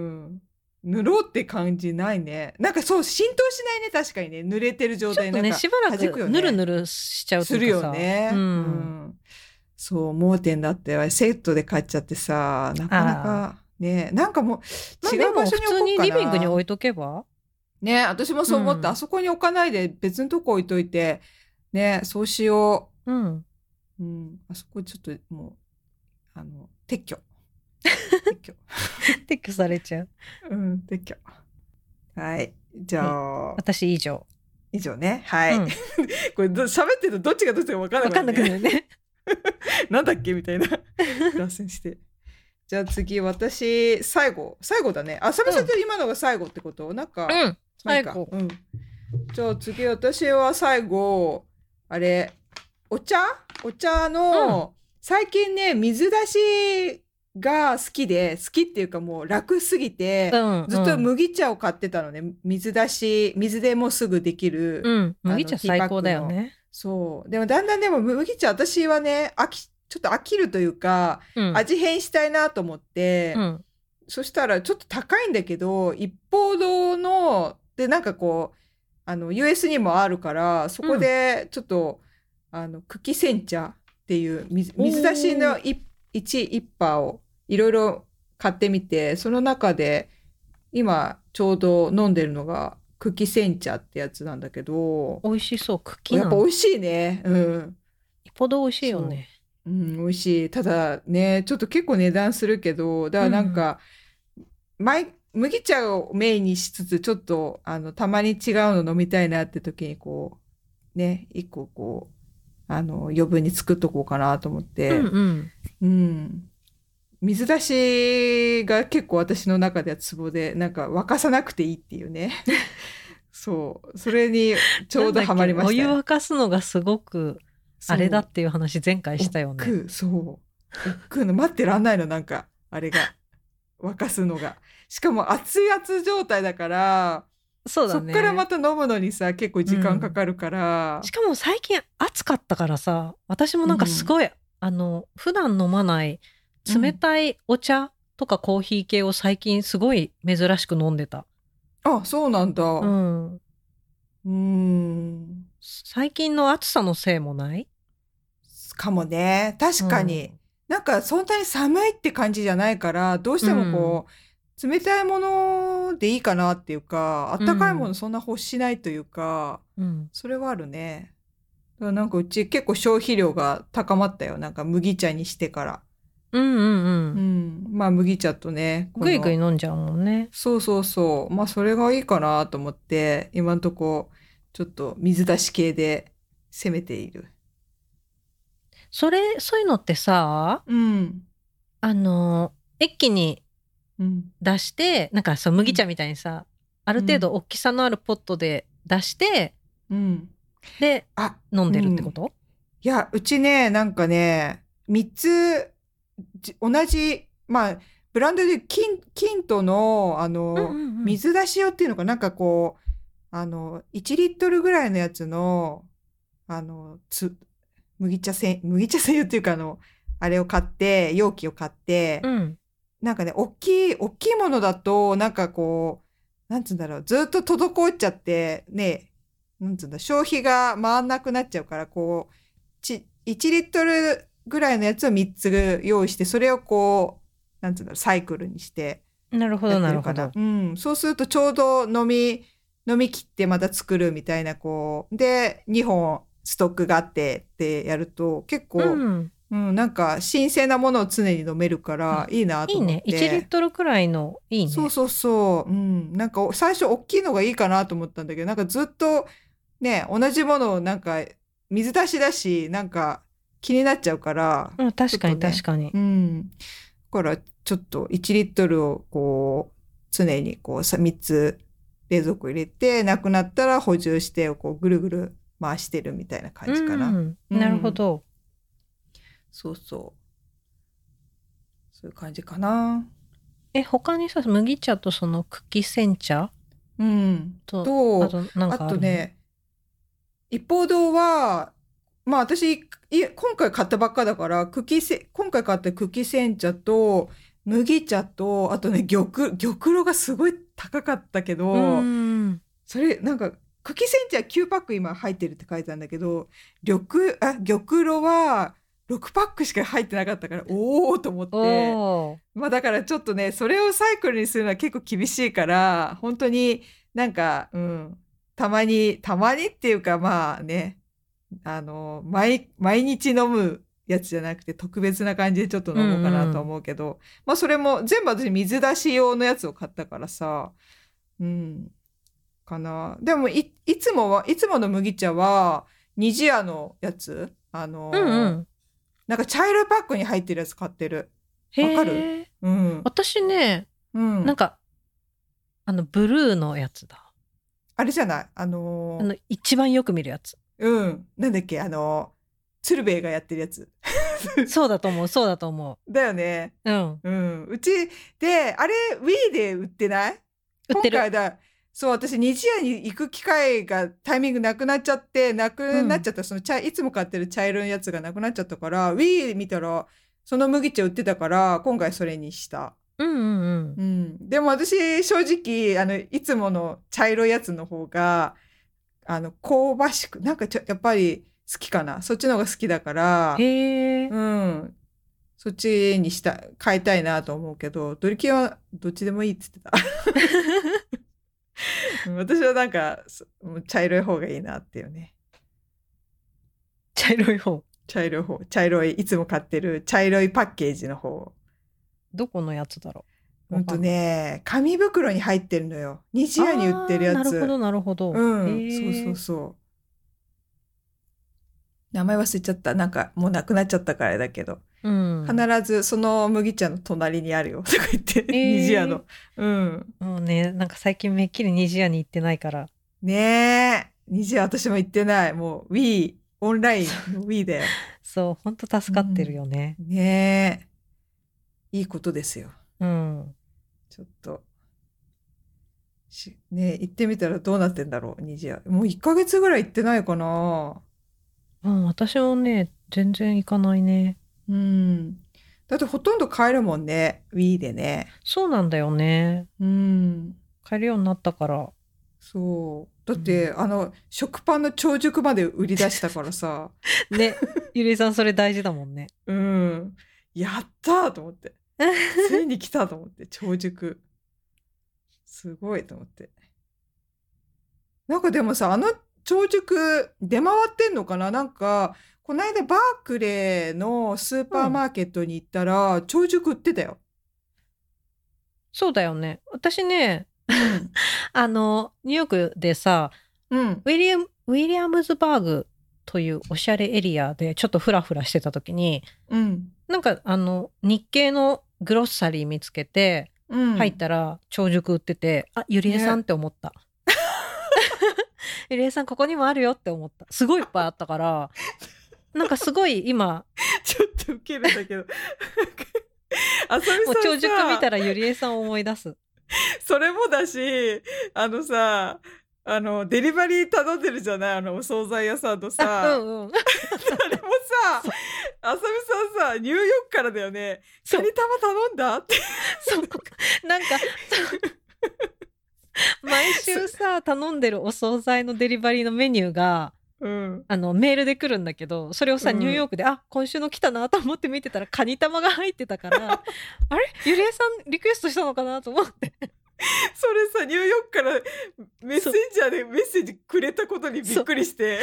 塗ろうって感じないね。なんかそう浸透しないね、確かにね。濡れてる状態なんか、 ね、しばらくぬるぬるしちゃうとかさするよね、うんうん、そう盲点だってセットで買っちゃってさ、なかなかね、なんかもう違う場所に置こうかな。 普通にリビングに置いとけばね、私もそう思って、うん、あそこに置かないで別のとこ置いといてね、そうしよう。うん、うん、あそこちょっともうあの撤去撤去撤去されちゃう。 うん撤去。はいじゃあ私以上以上ねはい、 うん、 これど喋ってるとどっちがどっちか分かんなく分かんなくなるるねなんだっけみたいな脱線して。じゃあ次私最後最後だね。あさみさんって今のが最後ってこと、うん、なんか、 うん、最後、 うん、じゃあ次私は最後あれお茶お茶の、うん、最近ね水出しが好きで好きっていうかもう楽すぎて、うんうん、ずっと麦茶を買ってたのね。水出し水でもうすぐできる、 うん、麦茶最高だよね。 そうでもだんだんでも麦茶私はね飽きちょっと飽きるというか、うん、味変したいなと思って、うん、そしたらちょっと高いんだけど一方堂のでなんかこうあの ユーエス にもあるからそこでちょっと、うん、あの茎煎茶っていう水、水出しのいちいっパーをいろいろ買ってみてその中で今ちょうど飲んでるのが茎煎茶ってやつなんだけど美味しそう。茎なやっぱ美味しいね。うん一方堂美味しいよね。 うん、美味しい。ただねちょっと結構値段するけどだからなんか、うん、毎麦茶をメインにしつつちょっとあのたまに違うの飲みたいなって時にこうね一個こうあの余分に作っとこうかなと思って、 うんうんうん、水出しが結構私の中ではツボでなんか沸かさなくていいっていうねそうそれにちょうどハマりました。 お湯沸かすのがすごくあれだっていう話前回したよね。 億劫そう億劫の待ってらんないのなんかあれが沸かすのがしかも熱い熱状態だからそうだね、 そっからまた飲むのにさ結構時間かかるから、 うん、しかも最近暑かったからさ私もなんかすごい、うん、あの普段飲まない冷たいお茶とかコーヒー系を最近すごい珍しく飲んでた。 あ、そうなんだ。うん。 うーん。最近の暑さのせいもないかもね。確かに。うん、なんかそんなに寒いって感じじゃないからどうしてもこう、うん、冷たいものでいいかなっていうかあったかいものそんな欲しないというか、うん、それはあるね。だからなんかうち結構消費量が高まったよ。なんか麦茶にしてから。 うんうんうん。 うん。まあ麦茶とね。 ぐいぐい飲んじゃうもんね。 そうそうそう。まあそれがいいかなと思って、今んとこちょっと水出し系で攻めている。 それ、そういうのってさ、うん。あの、一気に出して、うん、なんかそう麦茶みたいにさ、うん、ある程度大きさのあるポットで出して、うん、で、あ、飲んでるってこと、うん、いや、うちね、なんかね、みっつ、同じ、まあ、ブランドでキン、キントの、あの、うんうんうん、水出し用っていうのかなんかこう、あの、いちリットルぐらいのやつの、あの、つ、麦茶せん、麦茶専用っていうかあの、あれを買って、容器を買って、うん、なんかね、大きい、大きいものだと、なんかこう、なんつうんだろう、ずっと滞っちゃって、ね、なんつうんだ、消費が回んなくなっちゃうから、こう、ち、いちリットルぐらいのやつをみっつ用意して、それをこう、なんつうんだろう、サイクルにして。 なるほど、なるほど。 うん。そうするとちょうど飲み、飲み切ってまた作るみたいな、こう、で、にほんストックがあってってやると、結構、うんうん、なんか新鮮なものを常に飲めるからいいなと思って。 いいね。いちリットルくらいのいいね。 そうそうそう。うん。なんか最初大きいのがいいかなと思ったんだけど、なんかずっとね、同じものをなんか水出しだし、なんか気になっちゃうから。 うん、確かに確かに。 うん。だからちょっといちリットルをこう、常にこうみっつ冷蔵庫入れて、なくなったら補充して、こうぐるぐる回してるみたいな感じかな。うん、 なるほど。うんそうそう。そういう感じかな。 え、他にさ、麦茶とその茎煎茶うん。と、とあとなんかあるの？あとね、一方堂は、まあ私、い今回買ったばっかだから、茎せ、今回買った茎煎茶と、麦茶と、あとね、玉、玉露がすごい高かったけど、うんそれ、なんか、茎煎茶きゅうパック今入ってるって書いてあるんだけど、玉、あ、玉露は、ろくパックしか入ってなかったからおーと思ってまあだからちょっとねそれをサイクルにするのは結構厳しいから本当になんかうんたまにたまにっていうかまあねあの毎毎日飲むやつじゃなくて特別な感じでちょっと飲もうかなと思うけど、うんうん、まあそれも全部私水出し用のやつを買ったからさ、うんかな。でも い, いつもはいつもの麦茶はにじやのやつ、あのーうんうん、なんか茶色いパックに入ってるやつ買ってる。わかる？うん、 私ね、うん、なんかあのブルーのやつだ。 あれじゃない、あのー、 あの一番よく見るやつ。 うん。なんだっけ、あのー、鶴瓶がやってるやつ。 そうだと思う、そうだと思う。だよね。 うん。 うん。うちで、あれ、Wii で売ってない？ 売ってる。 今回だ。そう、私、にじやに行く機会がタイミングなくなっちゃって、なくなっちゃった、うん、その茶、いつも買ってる茶色いやつがなくなっちゃったから、Wii 見たら、その麦茶売ってたから、今回それにした。 うんうんうん。 うん。でも私、正直、あの、いつもの茶色いやつの方が、あの、香ばしく、なんかちょ、やっぱり好きかな。そっちの方が好きだから、 へー。 うん。そっちにした、変えたいなと思うけど、ドリキンはどっちでもいいって言ってた。私はなんか、茶色い方がいいなっていうね。 茶色い方。 茶色い方。茶色い、いつも買ってる茶色いパッケージの方。 どこのやつだろう。ほんとね、紙袋に入ってるのよ。にじやに売ってるやつ。 なるほど、なるほど。 うん。そうそうそう。名前忘れちゃった。なんかもうなくなっちゃったからだけど。うん、必ずその麦茶の隣にあるよとか言って、えー、にじやの。うん。 もうね、なんか最近めっきりにじやに行ってないから。 ねえ。にじや私も行ってない。もう Wii、オンラインの Wii だよ。 そう、ほんと助かってるよね。 うん、ねえ。いいことですよ。 うん。 ちょっと。ねえ、行ってみたらどうなってんだろう、にじや。もういっかげつぐらい行ってないかな。 うん、私もね、全然行かないね。 うん。だってほとんど買えるもんね。Wii でね。 そうなんだよね。 うん。 買えるようになったから。 そう。だって、うん、あの、食パンの長熟まで売り出したからさ。 ね。ゆりえさんそれ大事だもんね。 うん。やったーと思って。ついに来たと思って。長熟。すごいと思って。なんかでもさ、あの長熟出回ってんのかな？なんか、この間バークレーのスーパーマーケットに行ったら、うん、長熟売ってたよ。 そうだよね。私ね、うん、あの、ニューヨークでさ、うん、ウィリアム、ウィリアムズバーグというおしゃれエリアでちょっとフラフラしてた時に、うん、なんかあの、日系のグロッサリー見つけて、うん、入ったら長熟売ってて、あ、ゆりえさんって思った。ねゆりえさんここにもあるよって思った。すごいいっぱいあったからなんかすごい今ちょっとウケるんだけどあさみさんさ、もう長熟見たらゆりえさんを思い出す。 それもだし、あのさ、あのデリバリー頼んでるじゃない、あのお惣菜屋さんのさ、うんうん、あれもさ、あさみさんさ、ニューヨークからだよね。カニ玉頼んだって。 そうなんか毎週さ頼んでるお惣菜のデリバリーのメニューが、うん、あのメールで来るんだけど、それをさ、うん、ニューヨークであ今週の来たなと思って見てたらカニ玉が入ってたからあれゆりえさんリクエストしたのかなと思ってそれさニューヨークからメッセンジャーでメッセージくれたことにびっくりして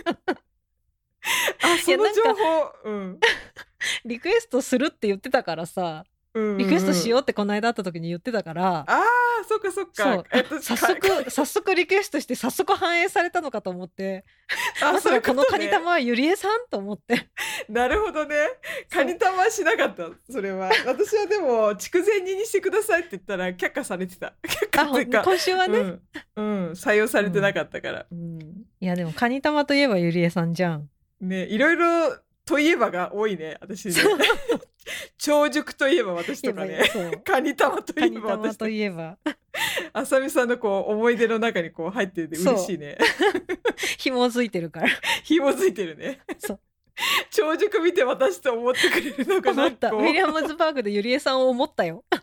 あその情報、うん、 リクエストするって言ってたからさ、うんうんうん、リクエストしようってこの間会った時に言ってたから、 ああそっかそっか、そう、 えっと、早速早速リクエストして早速反映されたのかと思ってまさかこのカニ玉はゆりえさんと思ってなるほどね、カニ玉はしなかった。それは私はでも筑前煮にしてくださいって言ったら却下されてた。却下っていうか今週はね、 うんうん、採用されてなかったから、うんうん、 いやでもカニ玉といえばゆりえさんじゃんね。いろいろといえばが多いね私ね長熟といえば私とかね、カニ玉といえば私といえばあさみさんのこう思い出の中にこう入ってて嬉しいね。 紐づいてるから紐づいてるね。そう長熟見て私と思ってくれるのかな。 思った。ウィリアムズバーグでゆりえさんを思ったよ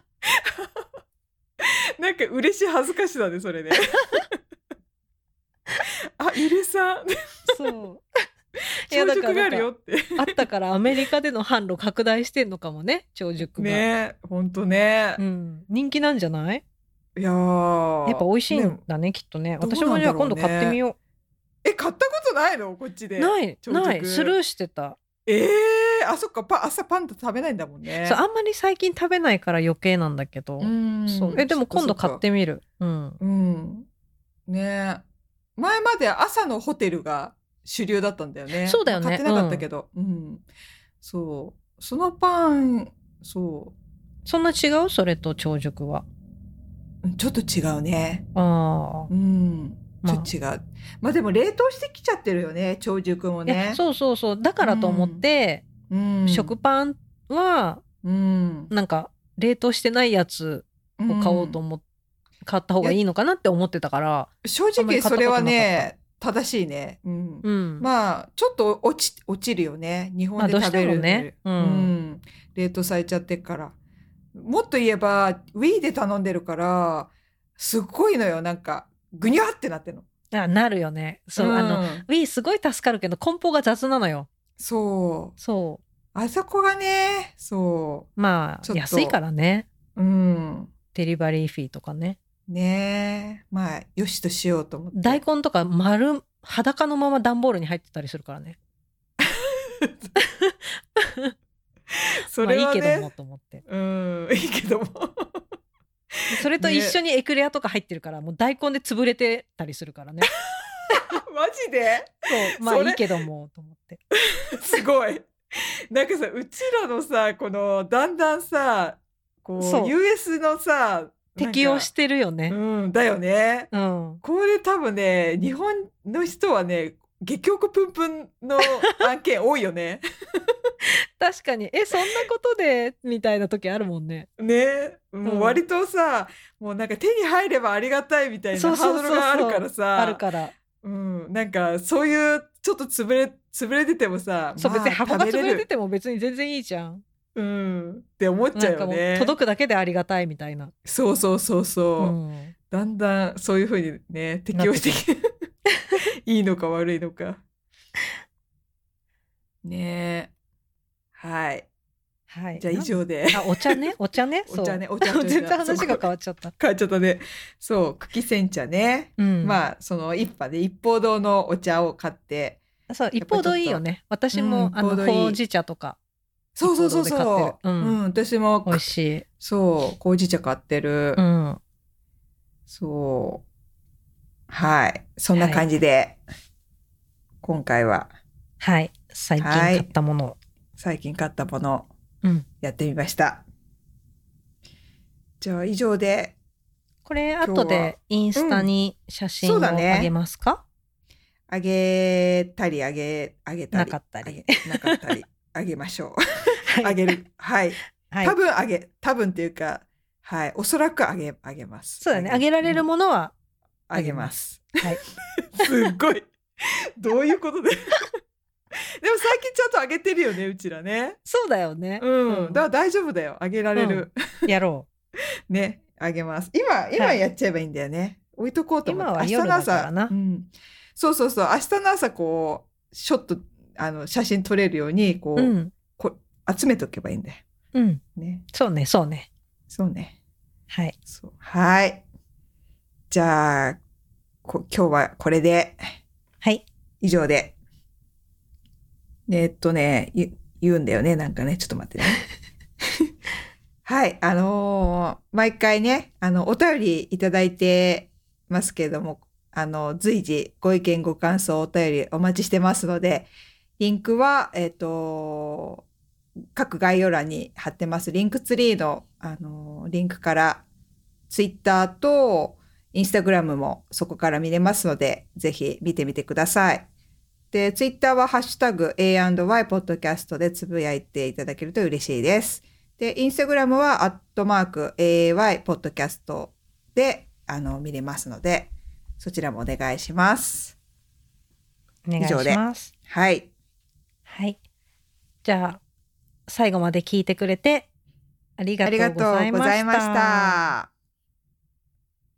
なんか嬉しい恥ずかしだねそれねあゆりえさんそう長熟があるよってあったからアメリカでの販路拡大してんのかもね、長熟がね。ほんとね、 うん、人気なんじゃない？ いやーやっぱ美味しいんだ ね, ねきっとね。私もじゃあ今度買ってみよう。 え買ったことないのこっちで？ ないないスルーしてた。 えー、 あそっかパ朝パンダ食べないんだもんね。 そうあんまり最近食べないから余計なんだけど、 うんそうえでも今度買ってみる。うんうんね、前まで朝のホテルが主流だったんだよね。 そうだよね。 買ってなかったけど、うん、うん、そうそのパンそうそんな違う？それと長熟はちょっと違うね。 ああうんちょっと違う、まあ、まあでも冷凍してきちゃってるよね長熟もね。 そうそうそうだからと思って、うん、食パンは、うん、なんか冷凍してないやつを買おうと思って、うん、買った方がいいのかなって思ってたから、 正直それはね正しいね、うんうん、まあちょっと落ち、落ちるよね日本で食べる、まあねうんうん、冷凍されちゃってるから。もっと言えば Wii で頼んでるからすっごいのよ、なんかぐにゃってなってるの。 あなるよね。そう、うん、あの Wii すごい助かるけど梱包が雑なのよ。 そうそうあそこがねそうまあ安いからね、 うん、 デリバリーフィーとかねねえまあよしとしようと思って。 大根とか丸裸のまま段ボールに入ってたりするからねそれはね、まあいいけどもと思って。 うんいいけどもそれと一緒にエクレアとか入ってるから、ね、もう大根で潰れてたりするからねマジでそうまあいいけどもと思ってすごいなんかさうちらのさこのだんだんさこう ユーエス のさ適用してるよね。 うんだよね、うん、これ多分ね日本の人はね激おこぷんぷんの案件多いよね確かにえそんなことでみたいな時あるもんね。 ねもう割とさ、うん、もうなんか手に入ればありがたいみたいなハードルがあるからさあるから、 うん、なんかそういうちょっと潰れ潰れててもさそう、まあ、別に箱が潰れてても別に全然いいじゃん、 うん、って思っちゃうよね。 届くだけでありがたいみたいな。 そうそうそうそう、うん、だんだんそういう風にね適応してきていいのか悪いのかねえはい、はい、じゃあ以上であお茶ねお茶ねお茶ねお茶全然話が変わっちゃった変わっちゃったね。そう茎煎茶ね、うん、まあその一杯で一方堂のお茶を買って、 そう一方堂いいよね。私も、うん、あのほうじ茶とかそうそうそうそう、うんうん、私も美味しい。 そうほうじ茶買ってる、うん、そうはいそんな感じで、はい、今回ははい最近買ったもの、はい、 最近買ったもの、うん、やってみました。じゃあ以上でこれ後でインスタに写真をあげますか？ うん、あげたりあげあげたりなかったりなかったりあげましょう。あげる、はい、はい、多分あげ多分っていうかはいおそらくあげあげます。 そうだね、あげられるものはあげます。 はい。 すっごいどういうことででも最近ちゃんとあげてるよねうちらね。 そうだよね。 うん、うん、だから大丈夫だよあげられる。 うん、やろうねあげます。今今やっちゃえばいいんだよね。はい、置いとこうと思って。 今は夜だからな。 明日の朝、うん、そうそうそう明日の朝こうショットあの写真撮れるようにこう、うん、こ集めとけばいいんだよ。 うんね。そうねそうねそうね。 はい。 そうはいじゃあこ今日はこれではい以上で。えー、っとね言うんだよねなんかねちょっと待ってね。はいあのー、毎回ねあのお便りいただいてますけれどもあの随時ご意見ご感想お便りお待ちしてますのでリンクはえー、っと各概要欄に貼ってますリンクツリーの、あのー、リンクからツイッターとインスタグラムもそこから見れますのでぜひ見てみてください。でツイッターはハッシュタグ エーアンドワイ ポッドキャストでつぶやいていただけると嬉しいです。でインスタグラムはアットマーク エーワイ ポッドキャストであの見れますのでそちらもお願いします。 お願いします。 はいはいじゃあ最後まで聞いてくれてありがとうございました。 ありがとうございました。